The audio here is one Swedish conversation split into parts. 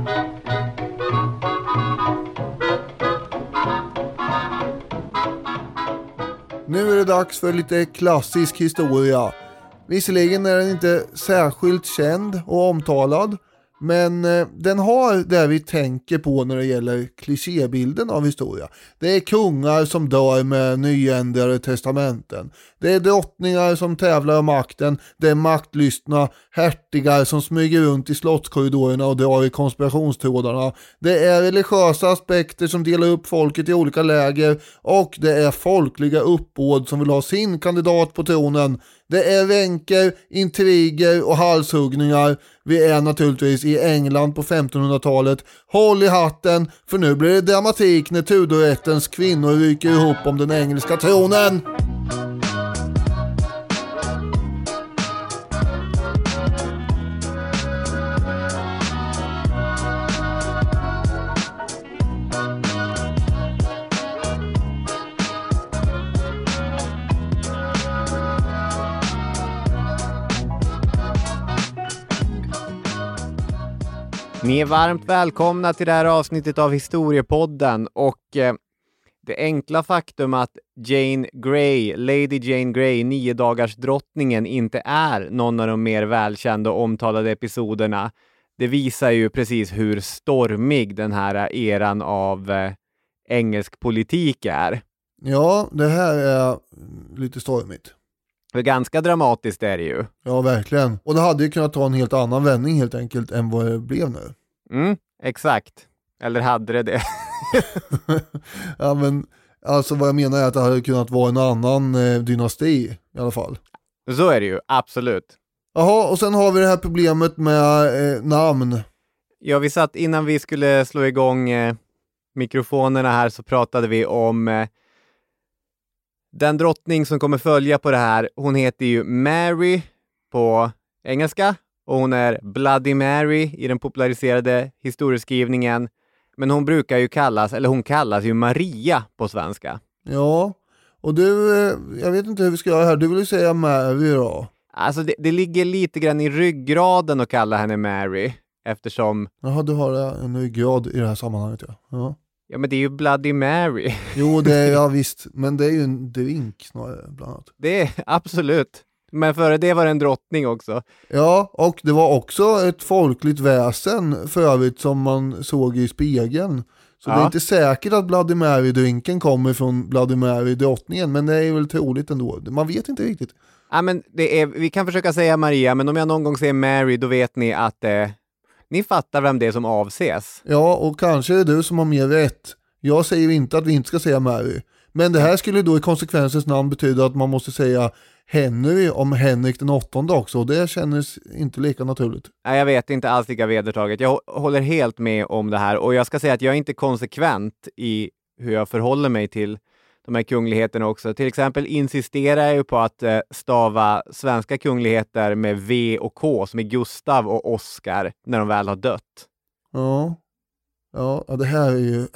Nu är det dags för lite klassisk historia. Visserligen är den inte särskilt känd och omtalad, men den har det vi tänker på när det gäller klichébilden av historia. Det är kungar som dör med nyändrade testamenten. Det är drottningar som tävlar om makten. Det är maktlystna hertigar som smyger runt i slottskorridorerna och drar i konspirationstrådarna. Det är religiösa aspekter som delar upp folket i olika läger. Och det är folkliga uppbåd som vill ha sin kandidat på tronen. Det är ränker, intriger och halshuggningar. Vi är naturligtvis i England på 1500-talet. Håll i hatten, för nu blir det dramatik när Tudorrättens kvinnor ryker ihop om den engelska tronen. Ni är varmt välkomna till det här avsnittet av Historiepodden och det enkla faktum att Lady Jane Grey, 9-dagarsdrottningen, inte är någon av de mer välkända och omtalade episoderna. Det visar ju precis hur stormig den här eran av engelsk politik är. Ja, det här är lite stormigt. För ganska dramatiskt är det ju. Ja, verkligen. Och det hade ju kunnat ta en helt annan vändning helt enkelt än vad det blev nu. Exakt. Eller hade det? Ja, men alltså vad jag menar är att det hade kunnat vara en annan dynasti i alla fall. Så är det ju, absolut. Jaha, och sen har vi det här problemet med namn. Ja, vi satt innan vi skulle slå igång mikrofonerna här så pratade vi om den drottning som kommer följa på det här. Hon heter ju Mary på engelska och hon är Bloody Mary i den populariserade historieskrivningen. Men hon brukar ju hon kallas ju Maria på svenska. Ja, och du, jag vet inte hur vi ska göra här. Du vill ju säga Mary då? Alltså det ligger lite grann i ryggraden att kalla henne Mary eftersom... Jaha, du har en ryggrad i det här sammanhanget, ja. Ja, men det är ju Bloody Mary. Jo, det är, ja visst. Men det är ju en drink snarare, bland annat. Det är absolut. Men före det var det en drottning också. Ja, och det var också ett folkligt väsen för övrigt som man såg i spegeln. Så det är inte säkert att Bloody Mary-drinken kommer från Bloody Mary-drottningen. Men det är väl troligt ändå. Man vet inte riktigt. Ja, men vi kan försöka säga Maria. Men om jag någon gång säger Mary, då vet ni att... Ni fattar vem det är som avses. Ja, och kanske är det du som har mer rätt. Jag säger inte att vi inte ska säga Mary. Men det här skulle då i konsekvensens namn betyda att man måste säga Henry om Henrik den 8:e också. Och det känns inte lika naturligt. Nej, jag vet inte alls lika vedertaget. Jag håller helt med om det här. Och jag ska säga att jag är inte konsekvent i hur jag förhåller mig till de här kungligheterna också. Till exempel insisterar jag ju på att stava svenska kungligheter med V och K som är Gustav och Oscar när de väl har dött. Ja, det här är ju...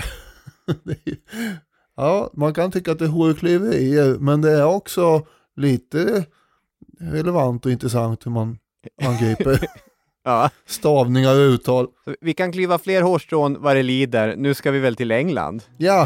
Ja, man kan tycka att det är hårklyverier, men det är också lite relevant och intressant hur man angriper stavningar och uttal. Så vi kan klyva fler hårstrån vad det lider. Nu ska vi väl till England? Ja!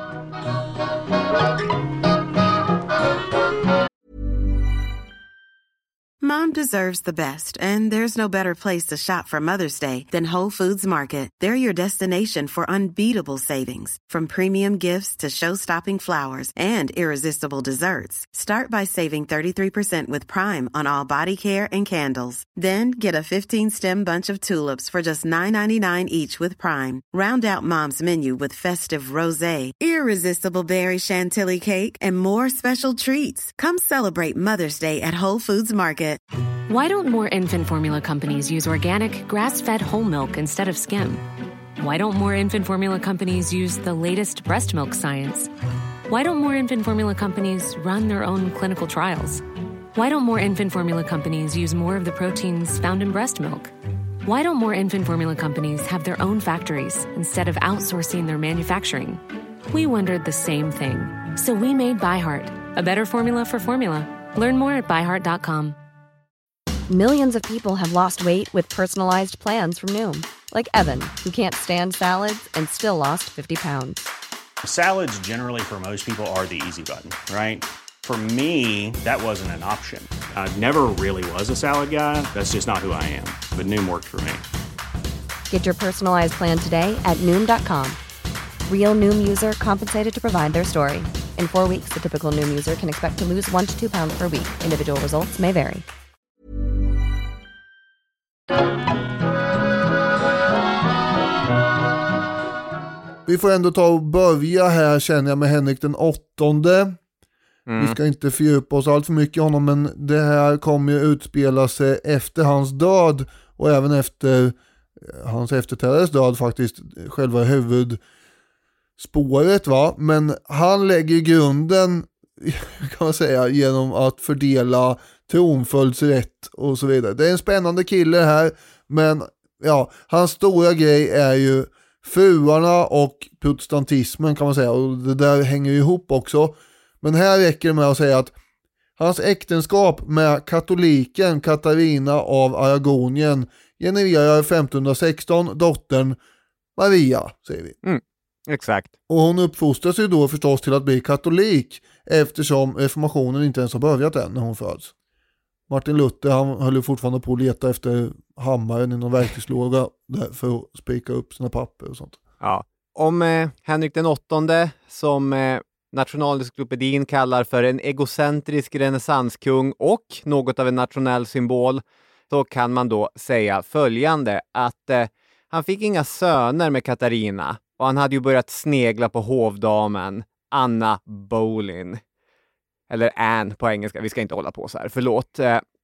Mom deserves the best, and there's no better place to shop for Mother's Day than Whole Foods Market. They're your destination for unbeatable savings, from premium gifts to show-stopping flowers and irresistible desserts. Start by saving 33% with Prime on all body care and candles. Then get a 15-stem bunch of tulips for just $9.99 each with Prime. Round out Mom's menu with festive rosé, irresistible berry chantilly cake, and more special treats. Come celebrate Mother's Day at Whole Foods Market. Why don't more infant formula companies use organic, grass-fed whole milk instead of skim? Why don't more infant formula companies use the latest breast milk science? Why don't more infant formula companies run their own clinical trials? Why don't more infant formula companies use more of the proteins found in breast milk? Why don't more infant formula companies have their own factories instead of outsourcing their manufacturing? We wondered the same thing. So we made ByHeart, a better formula for formula. Learn more at byheart.com. Millions of people have lost weight with personalized plans from Noom. Like Evan, who can't stand salads and still lost 50 pounds. Salads generally for most people are the easy button, right? For me, that wasn't an option. I never really was a salad guy. That's just not who I am. But Noom worked for me. Get your personalized plan today at Noom.com. Real Noom user compensated to provide their story. In 4 weeks, the typical Noom user can expect to lose 1 to 2 pounds per week. Individual results may vary. Vi får ändå ta och börja här, känner jag, med Henrik den 8:e. Vi ska inte fördjupa oss allt för mycket i honom, men det här kommer ju utspela sig efter hans död och även efter hans efterträdares död faktiskt, själva huvudspåret, va? Men han lägger grunden, kan man säga, genom att fördela tronföljdsrätt och så vidare. Det är en spännande kille här, men ja, hans stora grej är ju fruarna och protestantismen, kan man säga, och det där hänger ihop också. Men här räcker det med att säga att hans äktenskap med katoliken Katarina av Aragonien genererar 1516 dottern Maria, säger vi. Exakt. Och hon uppfostras ju då förstås till att bli katolik, eftersom reformationen inte ens har börjat än när hon föds. Martin Luther, han höll ju fortfarande på att leta efter hammaren i någon verktygslåda för att spika upp sina papper och sånt. Ja. Om Henrik den 8:e, som nationalencyklopedin kallar för en egocentrisk renässanskung och något av en nationell symbol, så kan man då säga följande, att han fick inga söner med Katarina och han hade ju börjat snegla på hovdamen Anna Boleyn. Eller Anne på engelska, vi ska inte hålla på så här, förlåt.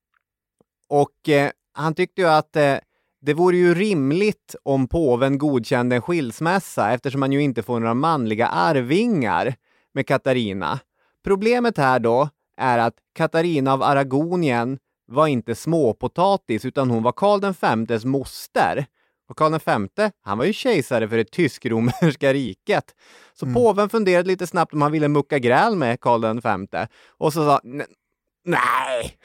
Och han tyckte ju att det vore ju rimligt om påven godkände en skilsmässa, eftersom man ju inte får några manliga arvingar med Katarina. Problemet här då är att Katarina av Aragonien var inte småpotatis, utan hon var Karl V:s moster. Och Karl V, han var ju kejsare för det tysk-romerska riket. Så påven funderade lite snabbt om han ville mucka gräl med Karl V. Och så sa, nej,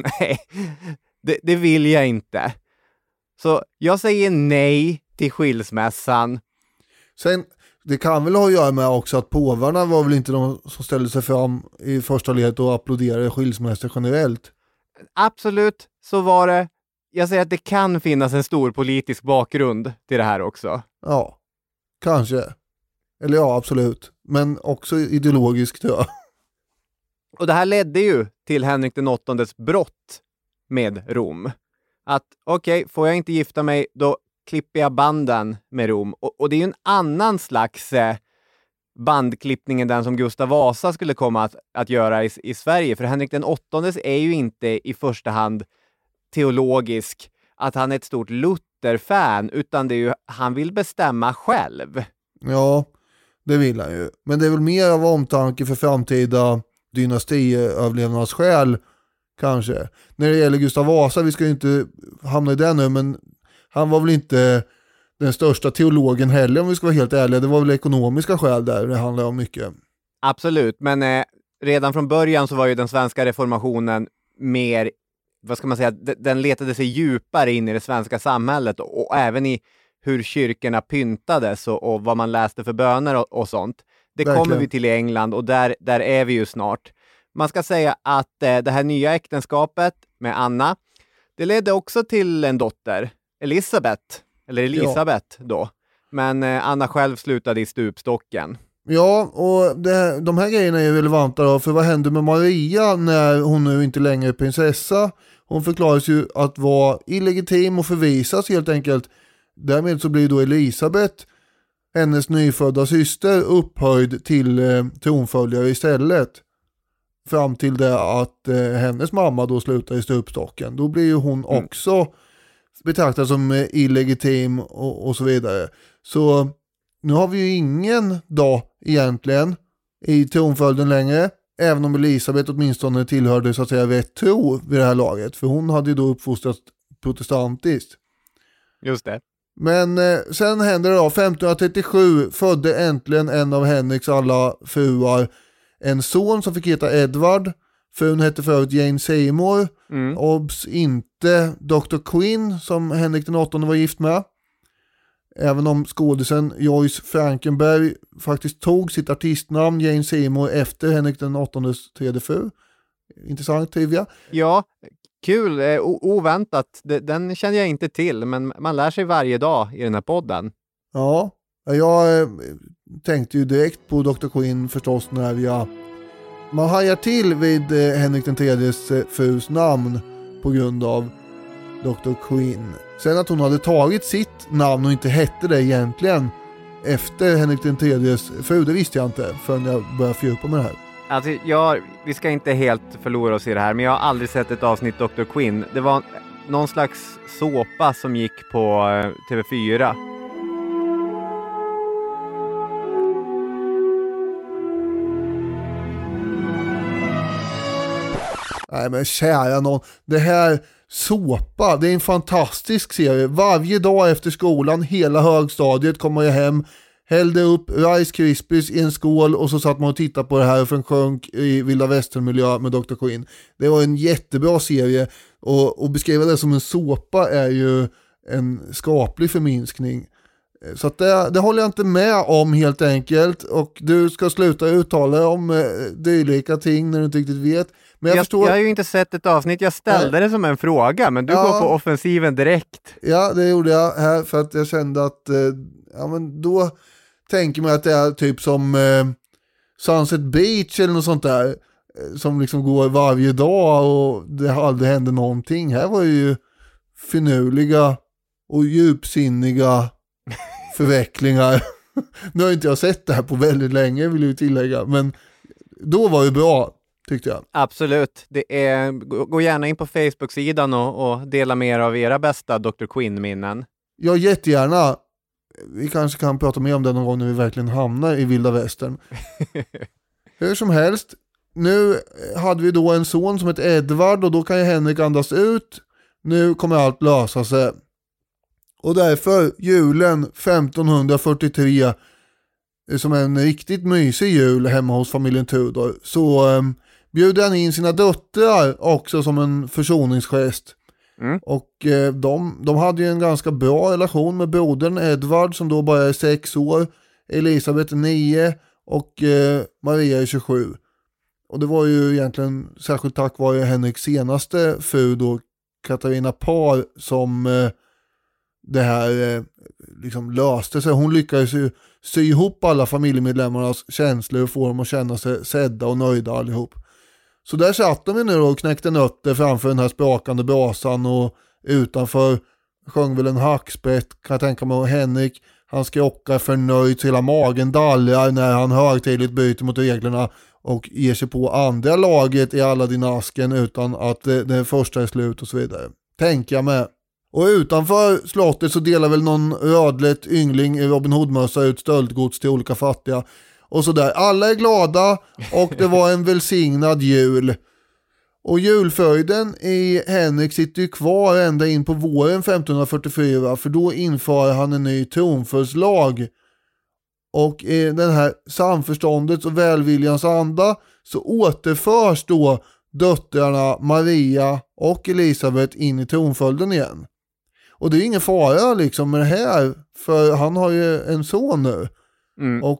det vill jag inte. Så jag säger nej till skilsmässan. Sen, det kan väl ha att göra med också att påvarna var väl inte de som ställde sig fram i första ledet och applåderade skilsmässor generellt. Absolut, så var det. Jag säger att det kan finnas en stor politisk bakgrund till det här också. Ja, kanske. Eller ja, absolut. Men också ideologiskt, tror jag. Och det här ledde ju till Henrik den 8:es brott med Rom. Att okej, får jag inte gifta mig, då klipper jag banden med Rom. Och det är ju en annan slags bandklippning än den som Gustav Vasa skulle komma att göra i Sverige. För Henrik den 8:es är ju inte i första hand teologisk, att han är ett stort Luther-fan, utan det är ju, han vill bestämma själv. Ja, det vill han ju. Men det är väl mer av omtanke för framtida dynastiöverlevnadsskäl, kanske. När det gäller Gustav Vasa, vi ska ju inte hamna i det nu, men han var väl inte den största teologen heller, om vi ska vara helt ärliga. Det var väl ekonomiska skäl där det handlar om mycket. Absolut, men redan från början så var ju den svenska reformationen mer, vad ska man säga, den letade sig djupare in i det svenska samhället och även i hur kyrkorna pyntades och vad man läste för böner och sånt. Det Verkligen. kommer vi till i England och där är vi ju snart. Man ska säga att det här nya äktenskapet med Anna, det ledde också till en dotter, Elisabeth då. Men Anna själv slutade i stupstocken. Ja, och de här grejerna är relevanta då, för vad händer med Maria när hon nu inte längre är prinsessa? Hon förklaras ju att vara illegitim och förvisas helt enkelt. Därmed så blir då Elisabeth, hennes nyfödda syster, upphöjd till tronföljare istället. Fram till det att hennes mamma då slutar i stupstocken. Då blir ju hon också betraktad som illegitim och så vidare. Så nu har vi ju ingen dag egentligen i tronföljden längre. Även om Elisabeth åtminstone tillhörde så att säga rätt tro vid det här laget. För hon hade ju då uppfostrats protestantiskt. Just det. Men sen händer det då, 1537 födde äntligen en av Henriks alla fruar en son som fick heta Edward. Frun hette förut Jane Seymour. Obs inte Dr. Quinn som Henrik den 8:e var gift med. Även om skådisen Joyce Frankenberg faktiskt tog sitt artistnamn Jane Seymour efter Henrik den åttondes tredje fru. Intressant trivia. Ja, kul. Oväntat. Den känner jag inte till, men man lär sig varje dag i den här podden. Ja, jag tänkte ju direkt på Dr. Quinn förstås när man hajar till vid Henrik den tredjes frus namn på grund av Dr. Quinn. Sen att hon hade tagit sitt namn och inte hette det egentligen efter Henrik den tredjes fru, det visste jag inte förrän jag började fördjupa med det här. Alltså, vi ska inte helt förlora oss i det här, men jag har aldrig sett ett avsnitt Dr. Quinn. Det var någon slags såpa som gick på TV4. Nej men kära någon, det här såpa, det är en fantastisk serie. Varje dag efter skolan, hela högstadiet kommer jag hem, hällde upp Rice Krispies i en skål och så satt man och tittade på det här för en sjönk i vilda västernmiljö med Dr. Quinn. Det var en jättebra serie och beskriva det som en såpa är ju en skaplig förminskning. Så att det håller jag inte med om helt enkelt, och du ska sluta uttala om dylika ting när du inte riktigt vet. Men jag har ju inte sett ett avsnitt, jag ställde det som en fråga, men du går på offensiven direkt. Ja, det gjorde jag här för att jag kände att men då tänker man att det är typ som Sunset Beach eller något sånt där som liksom går varje dag och det aldrig händer någonting. Här var ju finurliga och djupsinniga förvecklingar. Nu har inte jag sett det här på väldigt länge, vill jag tillägga, men då var det bra, tyckte jag. Absolut. Gå gärna in på Facebook-sidan och dela mer av era bästa Dr. Quinn-minnen. Ja, jättegärna. Vi kanske kan prata mer om det någon gång när vi verkligen hamnar i vilda västern. Hur som helst, nu hade vi då en son som heter Edvard och då kan ju Henrik andas ut. Nu kommer allt lösa sig. Och därför julen 1543, som en riktigt mysig jul hemma hos familjen Tudor, så bjuder han in sina döttrar också som en försoningsgest. Och de hade ju en ganska bra relation med brodern Edvard som då bara är 6 år, Elisabeth 9 och Maria är 27. Och det var ju egentligen särskilt tack vare Henriks senaste fru då, Katarina Parr, som det här liksom löste sig. Hon lyckades ju sy ihop alla familjemedlemmarnas känslor och få dem att känna sig sedda och nöjda allihop. Så där satt de nu och knäckte nötter framför den här sprakande brasan och utanför sjöng väl en hackspett, kan jag tänka mig. Och Henrik, han skrockar förnöjt, hela magen dallrar när han högtidligt byter mot reglerna och ger sig på andra laget i alla dynasken utan att det första är slut och så vidare. Tänker jag med. Och utanför slottet så delar väl någon rödlätt yngling i Robin Hood-mössa ut stöldgods till olika fattiga. Och så där. Alla är glada och det var en välsignad jul. Och julföjden i Henrik sitter ju kvar ända in på våren 1544, för då inför han en ny tronföljdslag. Och i den här samförståndets och välviljans anda så återförs då döttrarna Maria och Elisabeth in i tronföljden igen. Och det är ingen fara liksom med det här, för han har ju en son nu. Och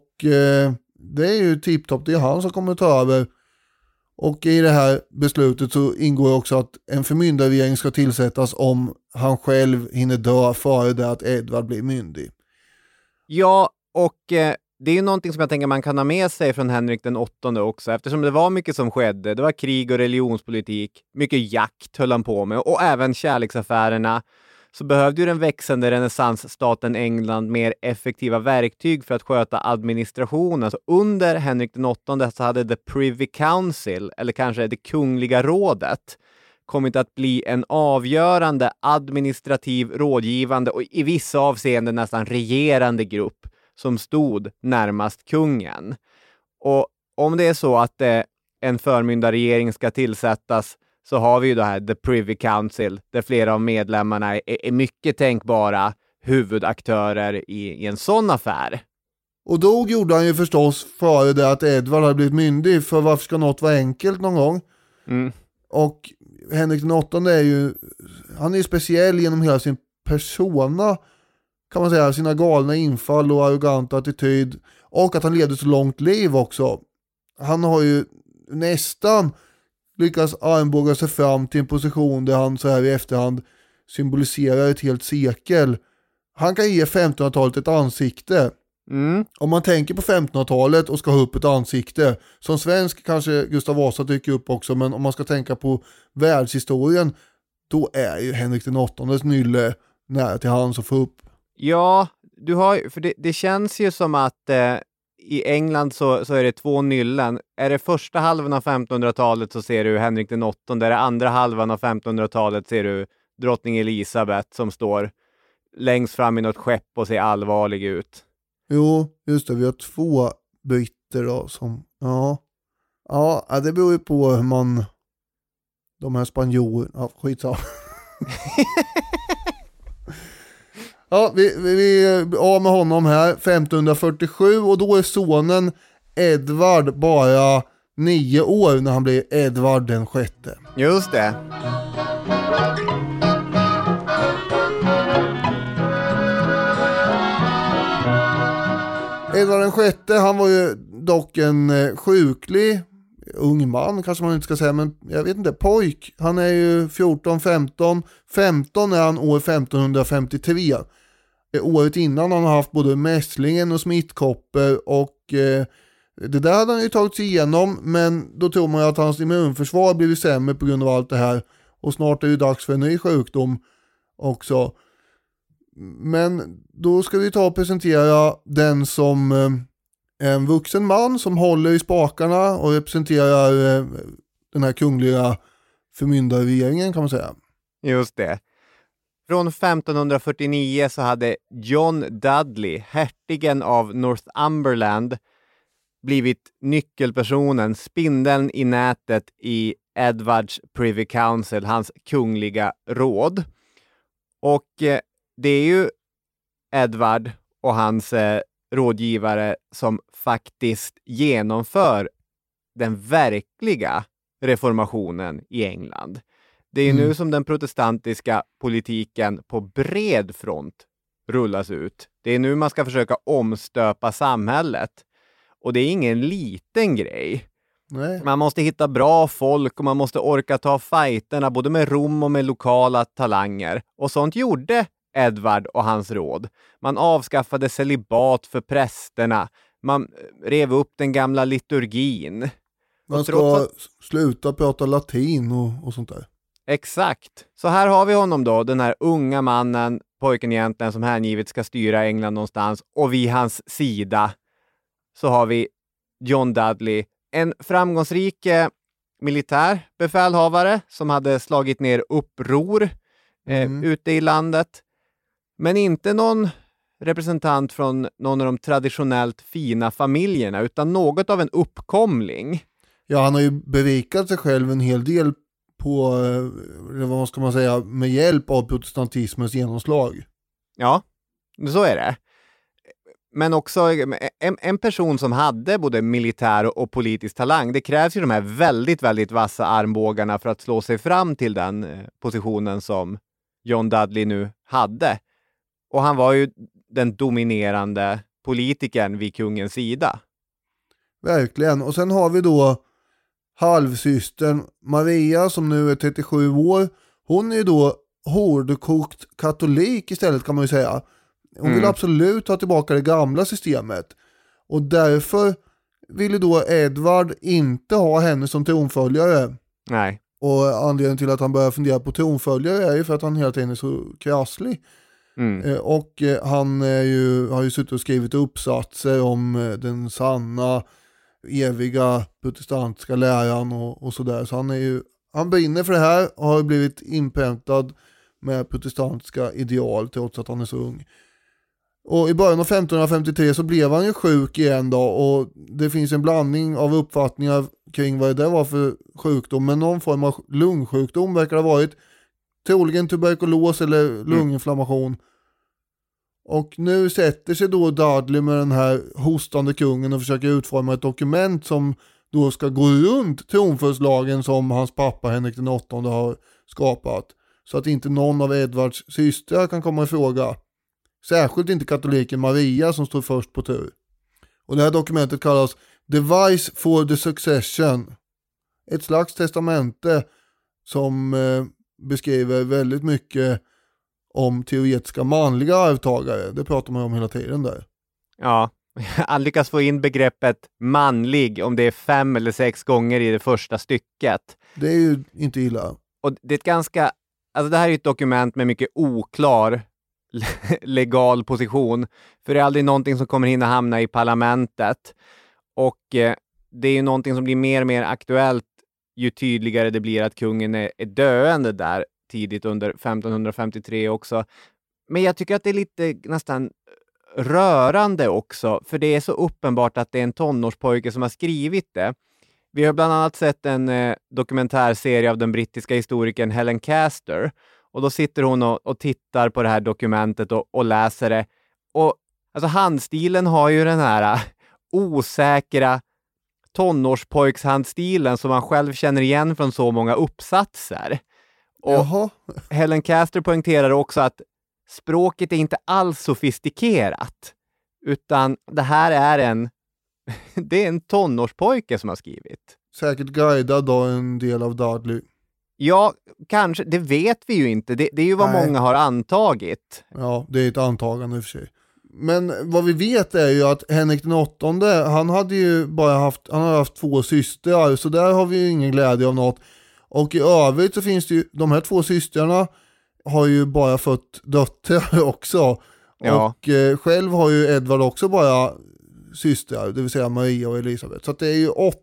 det är ju tipptopp, det är han som kommer ta över. Och i det här beslutet så ingår också att en förmyndarregering ska tillsättas om han själv hinner dö före det att Edvard blir myndig. Ja, och det är ju någonting som jag tänker man kan ha med sig från Henrik den åttonde också, eftersom det var mycket som skedde. Det var krig och religionspolitik, mycket jakt höll han på med och även kärleksaffärerna. Så behövde ju den växande renässansstaten England mer effektiva verktyg för att sköta administrationen. Så under Henrik den åttonde så hade The Privy Council, eller kanske det kungliga rådet, kommit att bli en avgörande administrativ, rådgivande och i vissa avseenden nästan regerande grupp som stod närmast kungen. Och om det är så att en förmyndarregering ska tillsättas, så har vi ju det här The Privy Council där flera av medlemmarna är mycket tänkbara huvudaktörer i en sån affär. Och då gjorde han ju förstås före det att Edvard hade blivit myndig, för varför ska något vara enkelt någon gång? Och Henrik den åttonde är ju, han är ju speciell genom hela sin persona, kan man säga, sina galna infall och arroganta attityd, och att han levde så långt liv också. Han har ju nästan lyckats armbåga sig fram till en position där han så här i efterhand symboliserar ett helt sekel. Han kan ge 1500-talet ett ansikte. Om man tänker på 1500-talet och ska ha upp ett ansikte, som svensk kanske Gustav Vasa dyker upp också, men om man ska tänka på världshistorien, då är ju Henrik den åttondes nylle nära till hands att få upp. Ja, du har, för det känns ju som att i England så är det två nyllen. Är det första halvan av 1500-talet så ser du Henrik den åttonde, är det andra halvan av 1500-talet ser du drottning Elisabeth som står längst fram i något skepp och ser allvarlig ut. Jo, just det, vi har två britter då som, ja, det beror ju på hur man, de här spanjorerna, skitsamma. Ja, vi är av med honom här 1547, och då är sonen Edvard bara 9 år när han blir Edvard den sjätte. Just det. Edvard den sjätte, han var ju dock en sjuklig ung man, kanske man inte ska säga, men jag vet inte, pojk. Han är ju 14-15 är han år 1553. Året innan han har haft både mässlingen och smittkoppor, och det där hade han ju tagit sig igenom, men då tror man ju att hans immunförsvar blivit sämre på grund av allt det här, och snart är det ju dags för en ny sjukdom också. Men då ska vi ta och presentera den som en vuxen man som håller i spakarna och representerar den här kungliga förmyndarregeringen, kan man säga. Just det. Från 1549 så hade John Dudley, hertigen av Northumberland, blivit nyckelpersonen, spindeln i nätet i Edwards Privy Council, hans kungliga råd. Och det är ju Edward och hans rådgivare som faktiskt genomför den verkliga reformationen i England. Det är nu som den protestantiska politiken på bred front rullas ut. Det är nu man ska försöka omstöpa samhället. Och det är ingen liten grej. Nej. Man måste hitta bra folk och man måste orka ta fighterna både med Rom och med lokala talanger. Och sånt gjorde Edward och hans råd. Man avskaffade celibat för prästerna. Man rev upp den gamla liturgin. Man ska sluta prata latin och sånt där. Exakt. Så här har vi honom då, den här unga mannen, pojken egentligen, som hängivet ska styra England någonstans. Och vid hans sida så har vi John Dudley, en framgångsrik militär befälhavare som hade slagit ner uppror ute i landet. Men inte någon representant från någon av de traditionellt fina familjerna, utan något av en uppkomling. Ja, han har ju berikat sig själv en hel del på, vad ska man säga, med hjälp av protestantismens genomslag. Ja, så är det. Men också en person som hade både militär och politisk talang. Det krävs ju de här väldigt, väldigt vassa armbågarna för att slå sig fram till den positionen som John Dudley nu hade. Och han var ju den dominerande politikern vid kungens sida. Verkligen. Och sen har vi då halvsystern Maria som nu är 37 år. Hon är ju då hårdkokt katolik istället, kan man ju säga. Hon vill absolut ta tillbaka det gamla systemet. Och därför ville då Edward inte ha henne som tronföljare. Nej. Och anledningen till att han börjar fundera på tronföljare är ju för att han hela tiden är så krasslig. Och han har ju suttit och skrivit uppsatser om den sanna, eviga protestantiska läran och sådär. Så han brinner för det här och har blivit inpräntad med protestantiska ideal trots att han är så ung. Och i början av 1553 så blev han ju sjuk igen då, och det finns en blandning av uppfattningar kring vad det var för sjukdom, men någon form av lungsjukdom verkar det ha varit, troligen tuberkulos eller lunginflammation. Och nu sätter sig då Dudley med den här hostande kungen och försöker utforma ett dokument som då ska gå runt tronföljdslagen som hans pappa Henrik den åttonde har skapat, så att inte någon av Edwards systrar kan komma i fråga. Särskilt inte katoliken Maria som står först på tur. Och det här dokumentet kallas Device for the Succession. Ett slags testamente som beskriver väldigt mycket om teoretiska manliga arvtagare. Det pratar man om hela tiden där. Ja, han lyckas få in begreppet manlig om det är 5 eller 6 gånger i det första stycket. Det är ju inte illa. Och det är ett ganska, alltså det här är ett dokument med mycket oklar legal position. För det är aldrig någonting som kommer hinna hamna i parlamentet. Och det är ju någonting som blir mer och mer aktuellt ju tydligare det blir att kungen är döende där tidigt under 1553 också. Men jag tycker att det är lite nästan rörande också, för det är så uppenbart att det är en tonårspojke som har skrivit det. Vi har bland annat sett en dokumentärserie av den brittiska historikern Helen Castor, och då sitter hon och tittar på det här dokumentet och läser det. Och alltså handstilen har ju den här osäkra tonårspojkshandstilen som man själv känner igen från så många uppsatser. Och Helen Castor poängterar också att språket är inte alls sofistikerat, utan det här är det är en tonårspojke som har skrivit. Säkert guidad då en del av Dudley. Ja, kanske. Det vet vi ju inte. Det är ju vad många har antagit. Ja, det är ett antagande i och för sig. Men vad vi vet är ju att Henrik den åttonde, han hade ju bara haft 2 systrar, så där har vi ju ingen glädje av något. Och i övrigt så finns det ju, de här 2 systrarna har ju bara fått döttrar också. Ja. Och själv har ju Edvard också bara systrar, det vill säga Maria och Elisabeth. Så att det är ju 8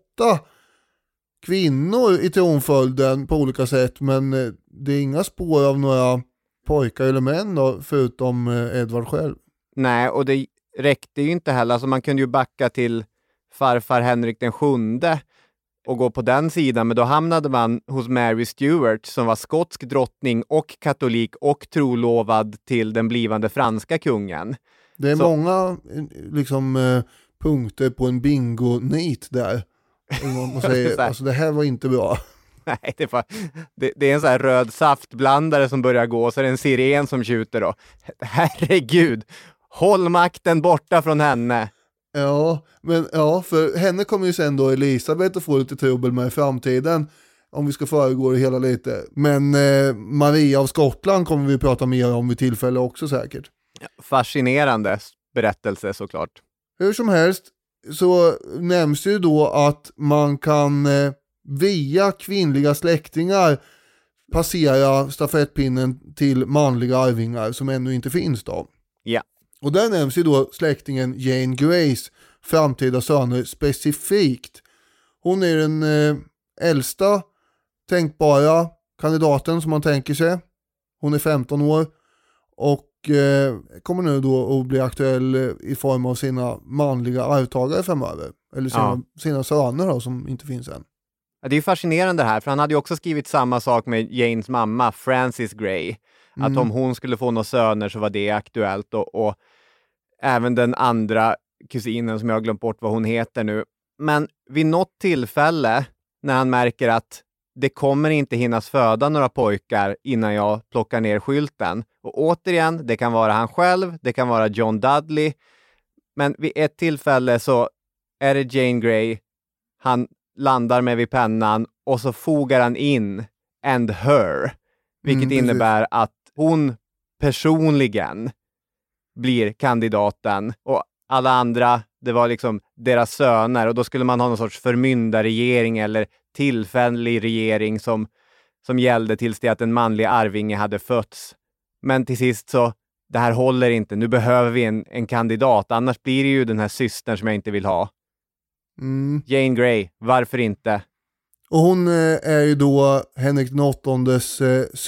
kvinnor i tronföljden på olika sätt, men det är inga spår av några pojkar eller män då, förutom Edvard själv. Nej, och det räckte ju inte heller. Alltså man kunde ju backa till farfar Henrik den 7:e och gå på den sidan, men då hamnade man hos Mary Stuart som var skotsk drottning och katolik och trolovad till den blivande franska kungen. Det är många liksom punkter på en bingo-nit där. Man säger, alltså det här var inte bra. Nej, det är en sån här röd saftblandare som börjar gå, och så är det en siren som tjuter då. Herregud, håll makten borta från henne. Ja, men ja, för henne kommer ju sen då Elisabeth att få lite trubbel med i framtiden, om vi ska föregå det hela lite. Men Maria av Skottland kommer vi prata mer om vid tillfälle också säkert. Fascinerande berättelse såklart. Hur som helst så nämns ju då att man kan via kvinnliga släktingar passera stafettpinnen till manliga arvingar som ännu inte finns då. Ja. Och där nämns ju då släktingen Jane Greys framtida söner specifikt. Hon är den äldsta tänkbara kandidaten som man tänker sig. Hon är 15 år och kommer nu då att bli aktuell i form av sina manliga arvtagare framöver. Eller sina söner då, som inte finns än. Ja, det är ju fascinerande här, för han hade ju också skrivit samma sak med Janes mamma, Frances Grey. Att om hon skulle få några söner så var det aktuellt. Och även den andra kusinen som jag har glömt bort vad hon heter nu. Men vid något tillfälle när han märker att det kommer inte hinnas föda några pojkar innan jag plockar ner skylten. Och återigen, det kan vara han själv, det kan vara John Dudley. Men vid ett tillfälle så är det Jane Grey han landar med vid pennan och så fogar han in and her. Vilket innebär att hon personligen blir kandidaten och alla andra, det var liksom deras söner, och då skulle man ha någon sorts förmyndarregering eller tillfällig regering som gällde tills det att en manlig arvinge hade fötts. Men till sist så, det här håller inte, nu behöver vi en kandidat, annars blir det ju den här systern som jag inte vill ha. Jane Grey, varför inte? Och hon är ju då Henrik den åttondes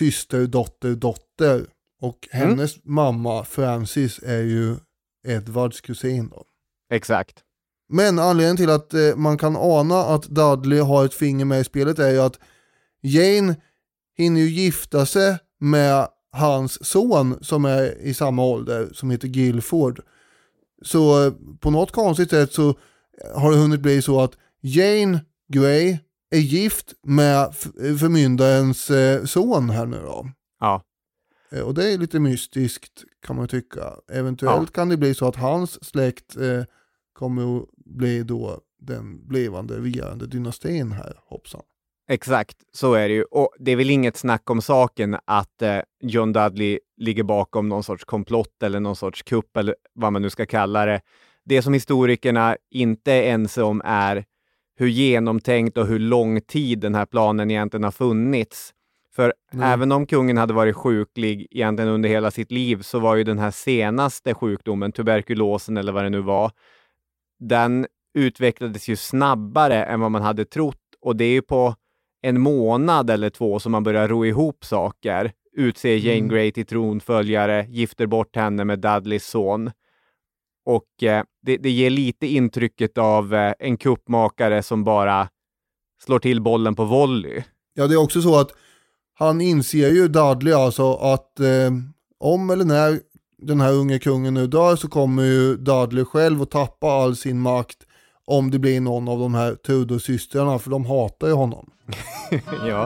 dotter. Och hennes mamma Frances är ju Edvards kusin då. Exakt. Men anledningen till att man kan ana att Dudley har ett finger med i spelet är ju att Jane hinner ju gifta sig med hans son som är i samma ålder, som heter Guilford. Så på något konstigt sätt så har det hunnit bli så att Jane Grey är gift med förmyndarens son här nu då. Ja. Och det är lite mystiskt kan man tycka. Eventuellt kan det bli så att hans släkt kommer att bli då den blivande regerande dynastin här, hoppsan. Exakt, så är det ju. Och det är väl inget snack om saken att John Dudley ligger bakom någon sorts komplott eller någon sorts kupp eller vad man nu ska kalla det. Det som historikerna inte är ense om är hur genomtänkt och hur lång tid den här planen egentligen har funnits. För även om kungen hade varit sjuklig egentligen under hela sitt liv så var ju den här senaste sjukdomen, tuberkulosen eller vad det nu var, den utvecklades ju snabbare än vad man hade trott. Och det är ju på en månad eller 2 som man börjar ro ihop saker. Utser Jane Grey till tronföljare, gifter bort henne med Dudleys son. Och det ger lite intrycket av en kuppmakare som bara slår till bollen på volley. Ja, det är också så att han inser ju Dudley alltså att om eller när den här unge kungen nu dör så kommer ju Dudley själv att tappa all sin makt om det blir någon av de här Tudor-systrarna, för de hatar ju honom. Ja.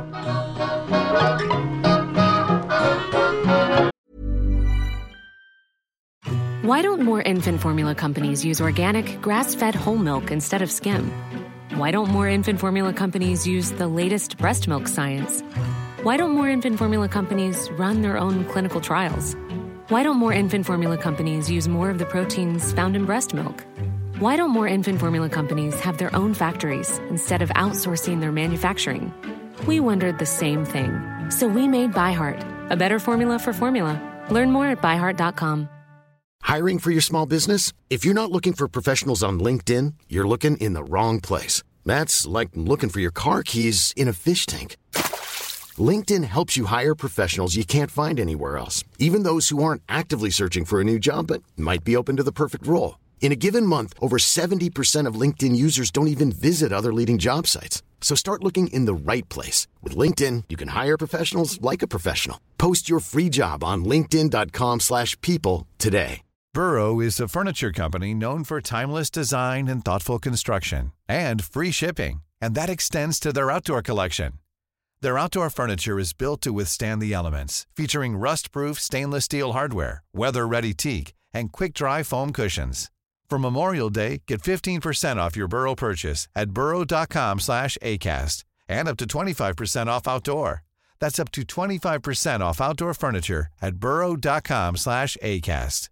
Why don't more infant formula companies use organic, grass-fed whole milk instead of skim? Why don't more infant formula companies use the latest breast milk science? Why don't more infant formula companies run their own clinical trials? Why don't more infant formula companies use more of the proteins found in breast milk? Why don't more infant formula companies have their own factories instead of outsourcing their manufacturing? We wondered the same thing. So we made ByHeart, a better formula for formula. Learn more at byheart.com. Hiring for your small business? If you're not looking for professionals on LinkedIn, you're looking in the wrong place. That's like looking for your car keys in a fish tank. LinkedIn helps you hire professionals you can't find anywhere else, even those who aren't actively searching for a new job but might be open to the perfect role. In a given month, over 70% of LinkedIn users don't even visit other leading job sites. So start looking in the right place. With LinkedIn, you can hire professionals like a professional. Post your free job on linkedin.com/people today. Burrow is a furniture company known for timeless design and thoughtful construction, and free shipping, and that extends to their outdoor collection. Their outdoor furniture is built to withstand the elements, featuring rust-proof stainless steel hardware, weather-ready teak, and quick-dry foam cushions. For Memorial Day, get 15% off your Burrow purchase at burrow.com/acast, and up to 25% off outdoor. That's up to 25% off outdoor furniture at burrow.com/acast.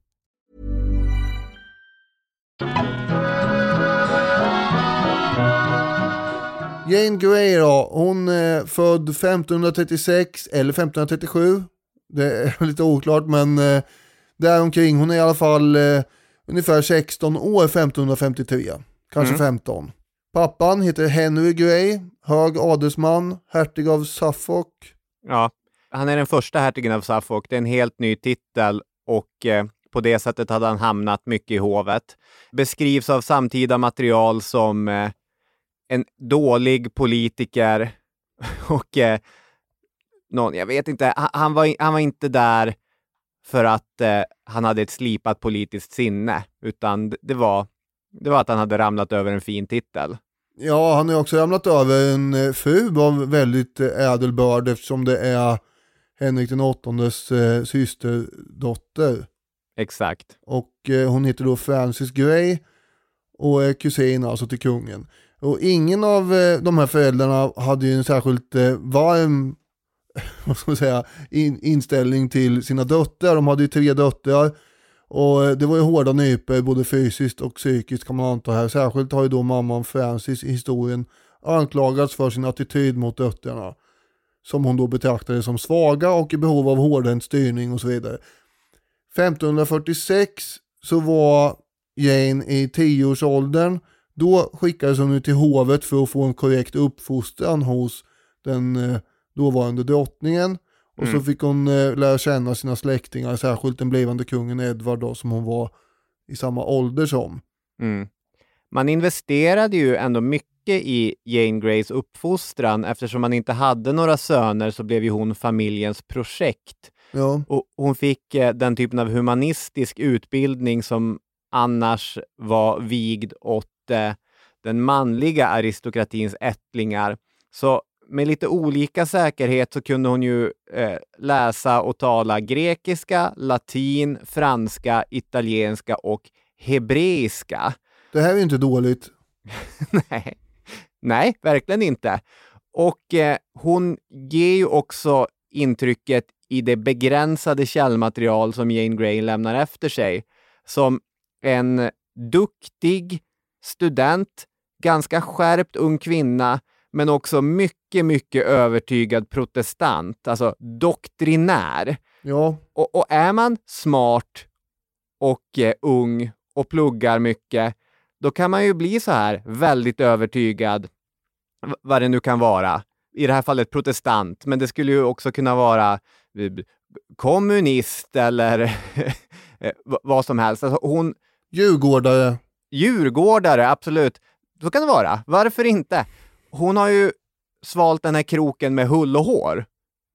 Jane Grey då, hon är född 1536 eller 1537. Det är lite oklart, men däromkring. Hon är i alla fall ungefär 16 år 1553. Kanske 15. Pappan heter Henry Grey, hög adelsman, hertig av Suffolk. Ja, han är den första hertigen av Suffolk. Det är en helt ny titel och på det sättet hade han hamnat mycket i hovet. Beskrivs av samtida material som en dålig politiker och jag vet inte, han var inte där för att han hade ett slipat politiskt sinne, utan det var att han hade ramlat över en fin titel. Ja, han har också ramlat över en fru av väldigt ädelbörd, eftersom det är Henrik den åttondes systerdotter. Exakt. Och hon heter då Frances Grey och är kusin alltså till kungen. Och ingen av de här föräldrarna hade ju en särskilt varm vad ska man säga, inställning till sina döttrar. De hade ju 3 döttrar och det var ju hårda nyper både fysiskt och psykiskt kan man anta här. Särskilt har ju då mamman Frances i historien anklagats för sin attityd mot döttrarna, som hon då betraktade som svaga och i behov av hårdhänt styrning och så vidare. 1546 så var Jane i 10-årsåldern. Då skickades hon ut till hovet för att få en korrekt uppfostran hos den dåvarande drottningen. Och så fick hon lära känna sina släktingar, särskilt den blivande kungen Edward då, som hon var i samma ålder som. Man investerade ju ändå mycket i Jane Greys uppfostran. Eftersom man inte hade några söner så blev ju hon familjens projekt. Ja. Och hon fick den typen av humanistisk utbildning som annars var vigd åt den manliga aristokratins ättlingar. Så med lite olika säkerhet så kunde hon ju läsa och tala grekiska, latin, franska, italienska och hebreiska. Det här är ju inte dåligt. Nej, verkligen inte. Och hon ger ju också intrycket i det begränsade källmaterial som Jane Grey lämnar efter sig som en duktig student, ganska skärpt ung kvinna, men också mycket, mycket övertygad protestant, alltså doktrinär. Ja. Och är man smart och ung och pluggar mycket, då kan man ju bli så här väldigt övertygad, vad det nu kan vara. I det här fallet protestant, men det skulle ju också kunna vara kommunist eller vad som helst. Alltså hon... Djurgårdare, absolut. Så kan det vara. Varför inte? Hon har ju svalt den här kroken med hull och hår.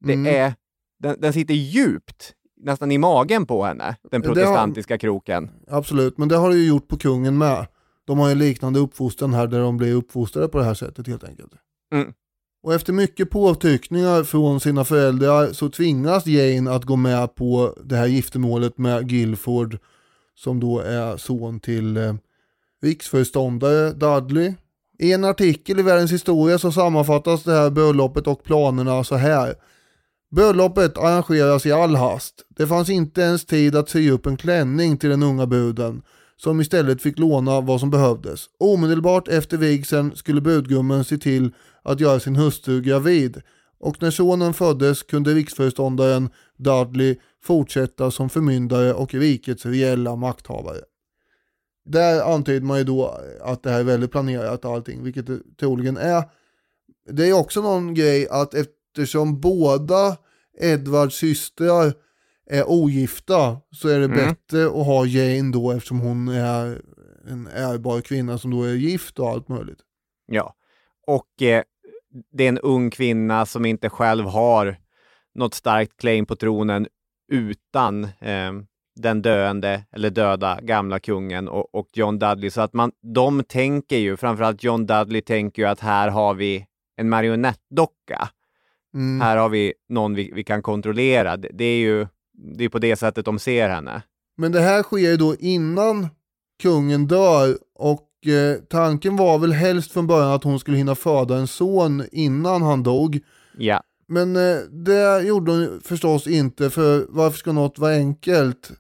Den sitter djupt, nästan i magen på henne, den protestantiska kroken. Absolut, men det har det ju gjort på kungen med. De har ju liknande uppfostran här där de blir uppfostrade på det här sättet helt enkelt. Och efter mycket påtryckningar från sina föräldrar så tvingas Jane att gå med på det här giftermålet med Guilford, som då är son till riksföreståndare Dudley. I en artikel i Världens historia så sammanfattas det här bröllopet och planerna så här. Bröllopet arrangeras i all hast. Det fanns inte ens tid att sy upp en klänning till den unga bruden, som istället fick låna vad som behövdes. Omedelbart efter vigseln skulle brudgummen se till att göra sin hustru gravid, och när sonen föddes kunde riksföreståndaren Dudley fortsätta som förmyndare och rikets reella makthavare. Där antyder man ju då att det här är väldigt planerat allting, vilket det troligen är. Det är också någon grej att eftersom båda Edwards systrar är ogifta så är det bättre att ha Jane då, eftersom hon är en ärbar kvinna som då är gift och allt möjligt. Ja, och det är en ung kvinna som inte själv har något starkt claim på tronen utan den döende eller döda gamla kungen och John Dudley. Så att de tänker ju, framförallt John Dudley tänker ju att här har vi en marionettdocka. Här har vi någon vi kan kontrollera. Det är på det sättet de ser henne. Men det här sker ju då innan kungen dör, och tanken var väl helst från början att hon skulle hinna föda en son innan han dog. Ja. Men det gjorde hon förstås inte, för varför ska något vara enkelt?